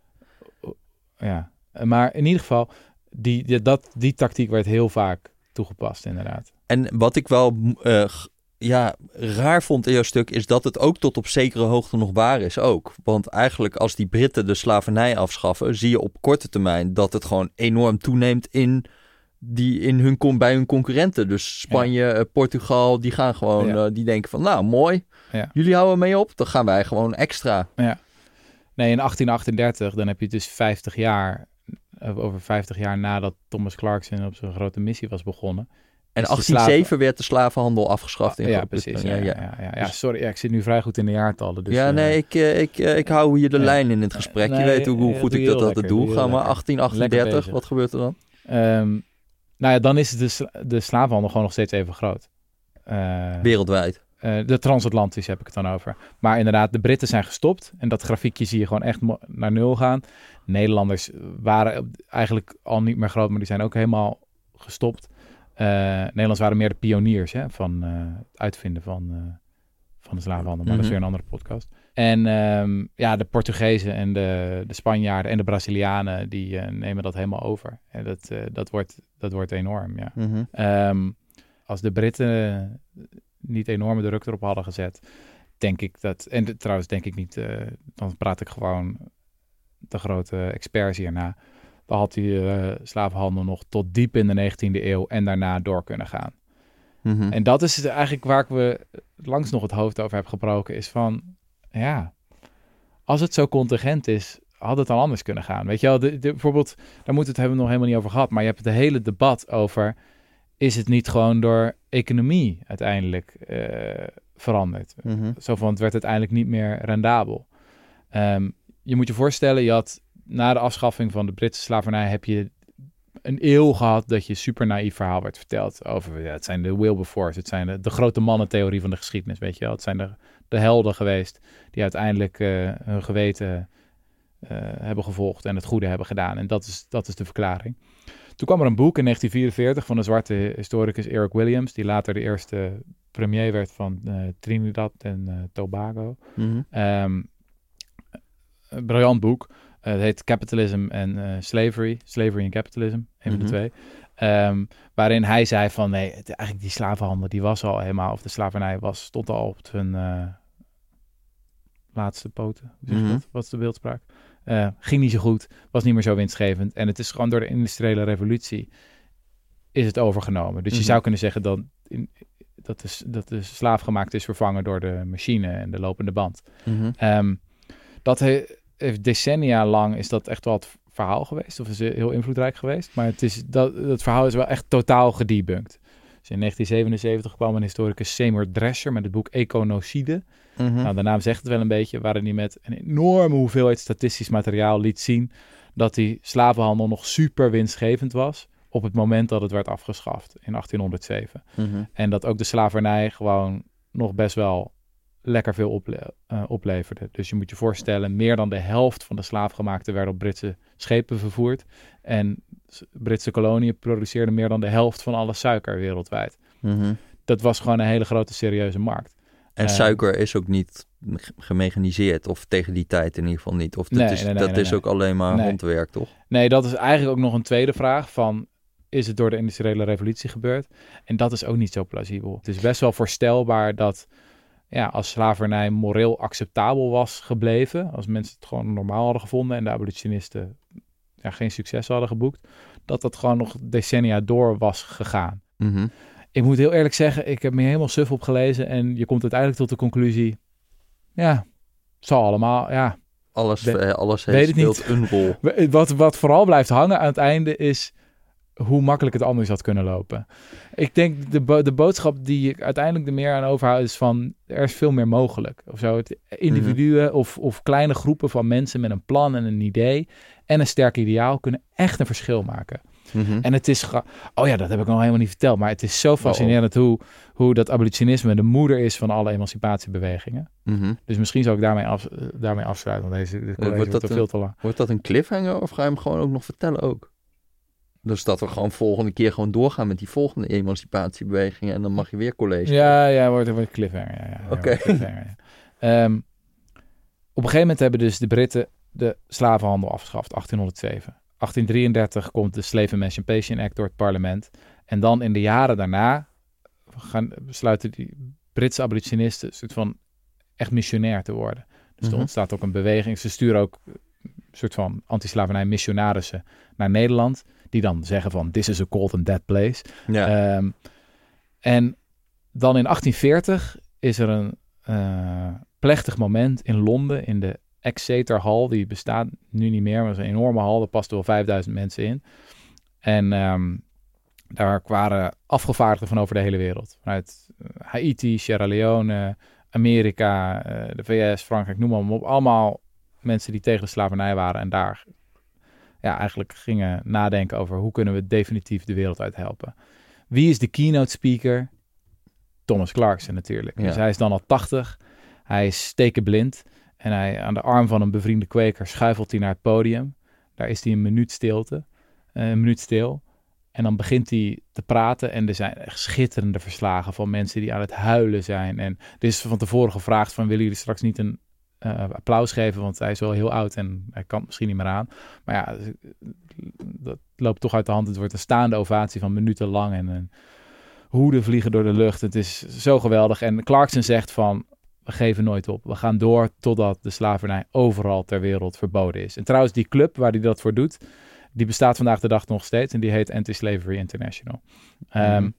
A: ja. Maar in ieder geval, die, die, dat, die tactiek werd heel vaak toegepast, inderdaad.
B: En wat ik wel uh, ja, raar vond in jouw stuk, is dat het ook tot op zekere hoogte nog waar is ook. Want eigenlijk als die Britten de slavernij afschaffen, zie je op korte termijn dat het gewoon enorm toeneemt in... die in hun, bij hun concurrenten. Dus Spanje, ja. Portugal, die gaan gewoon, ja. uh, die denken van, nou mooi, ja. jullie houden mee op, dan gaan wij gewoon extra.
A: Ja. Nee, in achttien achtendertig, dan heb je dus vijftig jaar, over vijftig jaar nadat Thomas Clarkson op zijn grote missie was begonnen.
B: En achttien oh zeven slaven... werd de slavenhandel afgeschaft in
A: Ja, precies. Ja, ja, ja, ja, ja. ja sorry, ja, ik zit nu vrij goed in de jaartallen. Dus,
B: ja, nee, ik, uh, ik, uh, ik hou hier de ja. lijn in het gesprek. Nee, je weet hoe, hoe goed ik dat altijd doe. Gaan we achttien achtendertig, wat gebeurt er dan?
A: Um, Nou ja, dan is de, sla- de slavenhandel gewoon nog steeds even groot.
B: Uh, Wereldwijd.
A: Uh, de transatlantisch heb ik het dan over. Maar inderdaad, de Britten zijn gestopt. En dat grafiekje zie je gewoon echt mo- naar nul gaan. Nederlanders waren eigenlijk al niet meer groot, maar die zijn ook helemaal gestopt. Uh, Nederlanders waren meer de pioniers hè, van uh, het uitvinden van, uh, van de slavenhandel. Maar mm-hmm. dat is weer een andere podcast. En um, ja, de Portugezen en de, de Spanjaarden en de Brazilianen, die uh, nemen dat helemaal over. En dat, uh, dat, wordt, dat wordt enorm, ja. Mm-hmm. Um, als de Britten niet enorme druk erop hadden gezet, denk ik dat... En de, trouwens denk ik niet, uh, dan praat ik gewoon de grote experts hierna. Dan had die uh, slavenhandel nog tot diep in de negentiende eeuw en daarna door kunnen gaan. Mm-hmm. En dat is eigenlijk waar ik we langs nog het hoofd over heb gebroken, is van... Ja, als het zo contingent is, had het dan anders kunnen gaan. Weet je wel, de, de, bijvoorbeeld, daar moeten we het hebben nog helemaal niet over gehad. Maar je hebt het hele debat over, is het niet gewoon door economie uiteindelijk uh, veranderd? Mm-hmm. Zo van, het werd uiteindelijk niet meer rendabel. Um, je moet je voorstellen, je had na de afschaffing van de Britse slavernij, heb je een eeuw gehad dat je super naïef verhaal werd verteld over, ja, het zijn de Wilberforce, het zijn de, de grote mannentheorie van de geschiedenis, weet je wel. Het zijn de, de helden geweest die uiteindelijk uh, hun geweten uh, hebben gevolgd en het goede hebben gedaan. En dat is, dat is de verklaring. Toen kwam er een boek in negentien vierenveertig van een zwarte historicus Eric Williams, die later de eerste premier werd van uh, Trinidad en uh, Tobago. Mm-hmm. Um, een briljant boek. Uh, het heet Capitalism and uh, Slavery. Slavery and Capitalism, een mm-hmm. van de twee. Um, waarin hij zei van, nee, het, eigenlijk die slavenhandel, die was al helemaal, of de slavernij was, stond al op zijn uh, laatste poten. Mm-hmm. Wat is de beeldspraak? Uh, ging niet zo goed, was niet meer zo winstgevend. En het is gewoon door de industriële revolutie is het overgenomen. Dus mm-hmm. je zou kunnen zeggen dat, in, dat, de, dat de slaaf gemaakt is vervangen door de machine en de lopende band. Mm-hmm. Um, dat he, heeft decennia lang is dat echt wel het verhaal geweest, of is heel invloedrijk geweest. Maar het is, dat, dat verhaal is wel echt totaal gedebunked. Dus in negentien zevenenzeventig kwam een historicus Seymour Drescher met het boek Econocide. Mm-hmm. Nou, de naam zegt het wel een beetje, waarin hij met een enorme hoeveelheid statistisch materiaal liet zien dat die slavenhandel nog super winstgevend was op het moment dat het werd afgeschaft in achttienhonderdzeven. Mm-hmm. En dat ook de slavernij gewoon nog best wel lekker veel ople- uh, opleverde. Dus je moet je voorstellen, meer dan de helft van de slaafgemaakten werden op Britse schepen vervoerd. En Britse koloniën produceerden meer dan de helft van alle suiker wereldwijd. Mm-hmm. Dat was gewoon een hele grote serieuze markt.
B: En uh, suiker is ook niet gemechaniseerd, of tegen die tijd in ieder geval niet. Of dat
A: nee,
B: is,
A: nee, nee,
B: dat
A: nee,
B: is
A: nee.
B: ook alleen maar
A: nee.
B: handwerk, toch?
A: Nee, dat is eigenlijk ook nog een tweede vraag van... is het door de industriële revolutie gebeurd? En dat is ook niet zo plausibel. Het is best wel voorstelbaar dat... ja, als slavernij moreel acceptabel was gebleven... als mensen het gewoon normaal hadden gevonden... en de abolitionisten ja, geen succes hadden geboekt... dat dat gewoon nog decennia door was gegaan.
B: Mm-hmm.
A: Ik moet heel eerlijk zeggen... ik heb me helemaal suf op gelezen... en je komt uiteindelijk tot de conclusie... ja, het zal allemaal... ja,
B: alles
A: de,
B: alles heeft, speelt een rol.
A: Wat, wat vooral blijft hangen aan het einde is... hoe makkelijk het anders had kunnen lopen. Ik denk, de, bo- de boodschap die ik uiteindelijk er meer aan overhoud... is van, er is veel meer mogelijk. Of zo. Het individuen mm-hmm. of, of kleine groepen van mensen... met een plan en een idee... en een sterk ideaal... kunnen echt een verschil maken.
B: Mm-hmm.
A: En het is... Ga- oh ja, dat heb ik nog helemaal niet verteld... maar het is zo fascinerend... hoe, hoe dat abolitionisme de moeder is... van alle emancipatiebewegingen.
B: Mm-hmm.
A: Dus misschien zal ik daarmee, af, daarmee afsluiten... want deze, dit college wordt,
B: wordt
A: dat veel te lang.
B: Wordt dat een cliffhanger... of ga je hem gewoon ook nog vertellen ook? Dus dat we gewoon volgende keer gewoon doorgaan met die volgende emancipatiebewegingen... en dan mag je weer college.
A: Ja, ja, wordt een cliffhanger. Ja, ja,
B: Oké.
A: Okay. Ja. Um, op een gegeven moment hebben dus de Britten de slavenhandel afgeschaft, achttienhonderdzeven. achttien drieëndertig komt de Slave Emancipation Act door het parlement. En dan in de jaren daarna gaan, besluiten die Britse abolitionisten... een soort van echt missionair te worden. Dus mm-hmm. er ontstaat ook een beweging. Ze sturen ook een soort van anti-slavernij missionarissen naar Nederland... die dan zeggen van, this is a cold and dead place.
B: Ja.
A: Um, en dan in achttien veertig is er een uh, plechtig moment in Londen... in de Exeter Hall, die bestaat nu niet meer... maar dat is een enorme hal, daar pasten wel vijfduizend mensen in. En um, daar waren afgevaardigden van over de hele wereld. Vanuit uh, Haiti, Sierra Leone, Amerika, uh, de V S, Frankrijk, noem maar op. Allemaal mensen die tegen de slavernij waren en daar... ja, eigenlijk gingen nadenken over hoe kunnen we definitief de wereld uit helpen. Wie is de keynote speaker? Thomas Clarkson natuurlijk. Ja. Dus hij is dan al tachtig. Hij is stekenblind. En hij aan de arm van een bevriende kweker schuifelt hij naar het podium. Daar is hij een minuut stilte. Uh, een minuut stil. En dan begint hij te praten. En er zijn echt schitterende verslagen van mensen die aan het huilen zijn. En er is van tevoren gevraagd van, willen jullie straks niet een Uh, applaus geven, want hij is wel heel oud en hij kan het misschien niet meer aan. Maar ja, dat loopt toch uit de hand. Het wordt een staande ovatie van minuten lang en een hoeden vliegen door de lucht. Het is zo geweldig. En Clarkson zegt van, we geven nooit op. We gaan door totdat de slavernij overal ter wereld verboden is. En trouwens, die club waar hij dat voor doet, die bestaat vandaag de dag nog steeds en die heet Anti-Slavery International. Mm-hmm. Um,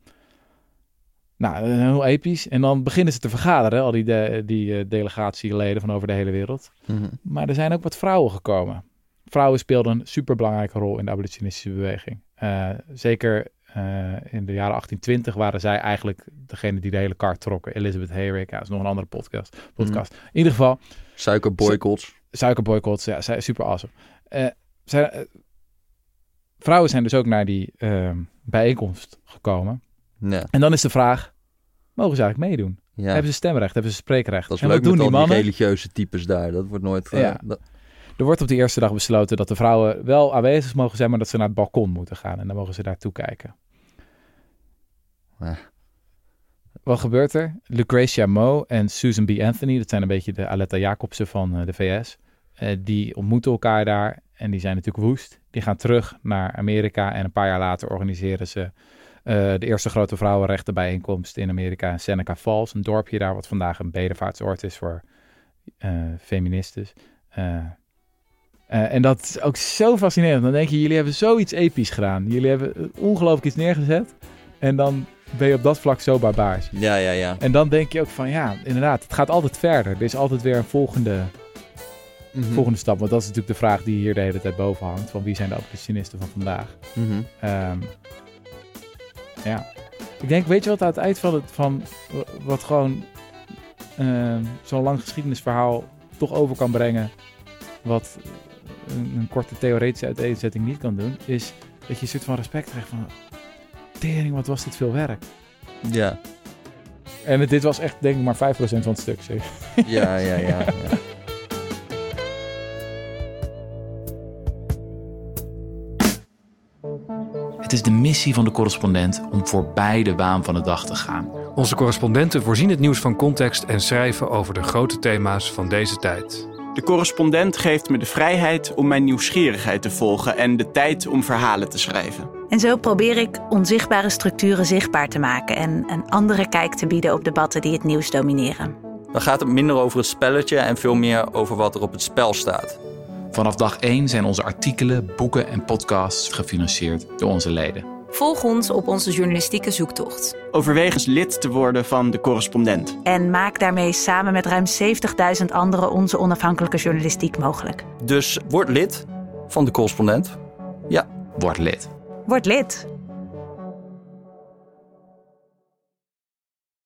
A: Nou, heel episch. En dan beginnen ze te vergaderen, al die, de, die uh, delegatieleden van over de hele wereld.
B: Mm-hmm.
A: Maar er zijn ook wat vrouwen gekomen. Vrouwen speelden een superbelangrijke rol in de abolitionistische beweging. Uh, zeker uh, in de jaren achttien twintig waren zij eigenlijk degene die de hele kaart trokken. Elizabeth Hayrick, ja, dat is nog een andere podcast. podcast. Mm-hmm. In ieder geval...
B: Suikerboycotts. Su-
A: suikerboycotts, ja, super awesome. Uh, zij, uh, vrouwen zijn dus ook naar die uh, bijeenkomst gekomen.
B: Ja.
A: En dan is de vraag, mogen ze eigenlijk meedoen?
B: Ja.
A: Hebben ze stemrecht? Hebben ze spreekrecht?
B: Dat is
A: en
B: leuk
A: wat doen
B: met
A: die
B: al
A: mannen?
B: die religieuze types daar. Dat wordt nooit... Uh,
A: ja.
B: dat...
A: Er wordt op de eerste dag besloten dat de vrouwen wel aanwezig mogen zijn, maar dat ze naar het balkon moeten gaan. En dan mogen ze daartoe kijken.
B: Ja.
A: Wat gebeurt er? Lucretia Moe en Susan B. Anthony, dat zijn een beetje de Aletta Jacobsen van uh, de V S. Uh, die ontmoeten elkaar daar en die zijn natuurlijk woest. Die gaan terug naar Amerika en een paar jaar later organiseren ze Uh, de eerste grote vrouwenrechtenbijeenkomst in Amerika in Seneca Falls, een dorpje daar wat vandaag een bedevaartsoord is voor uh, feministes. Uh, uh, en dat is ook zo fascinerend. Dan denk je, jullie hebben zoiets episch gedaan. Jullie hebben ongelooflijk iets neergezet en dan ben je op dat vlak zo barbaars.
B: Ja, ja, ja.
A: En dan denk je ook van, ja, inderdaad, het gaat altijd verder. Er is altijd weer een volgende, mm-hmm. volgende stap. Want dat is natuurlijk de vraag die hier de hele tijd boven hangt. Van wie zijn de abolitionisten van vandaag?
B: Mm-hmm.
A: Um, Ja, ik denk, weet je wat aan het eind van het, van wat gewoon uh, zo'n lang geschiedenisverhaal toch over kan brengen, wat een, een korte theoretische uiteenzetting niet kan doen, is dat je een soort van respect krijgt van, tering, wat was dit veel werk.
B: Ja.
A: En het, dit was echt, denk ik, maar vijf procent van het stuk. Zeg.
B: Ja, ja, ja, ja.
A: Het is de missie van de correspondent om voorbij de waan van de dag te gaan.
C: Onze correspondenten voorzien het nieuws van context en schrijven over de grote thema's van deze tijd.
D: De correspondent geeft me de vrijheid om mijn nieuwsgierigheid te volgen en de tijd om verhalen te schrijven.
E: En zo probeer ik onzichtbare structuren zichtbaar te maken en een andere kijk te bieden op debatten die het nieuws domineren.
B: Dan gaat het minder over het spelletje en veel meer over wat er op het spel staat.
A: Vanaf dag één zijn onze artikelen, boeken en podcasts gefinancierd door onze leden.
F: Volg ons op onze journalistieke zoektocht.
D: Overweeg eens lid te worden van De Correspondent.
E: En maak daarmee samen met ruim zeventigduizend anderen onze onafhankelijke journalistiek mogelijk.
B: Dus word lid van De Correspondent. Ja.
A: Word lid.
E: Word lid.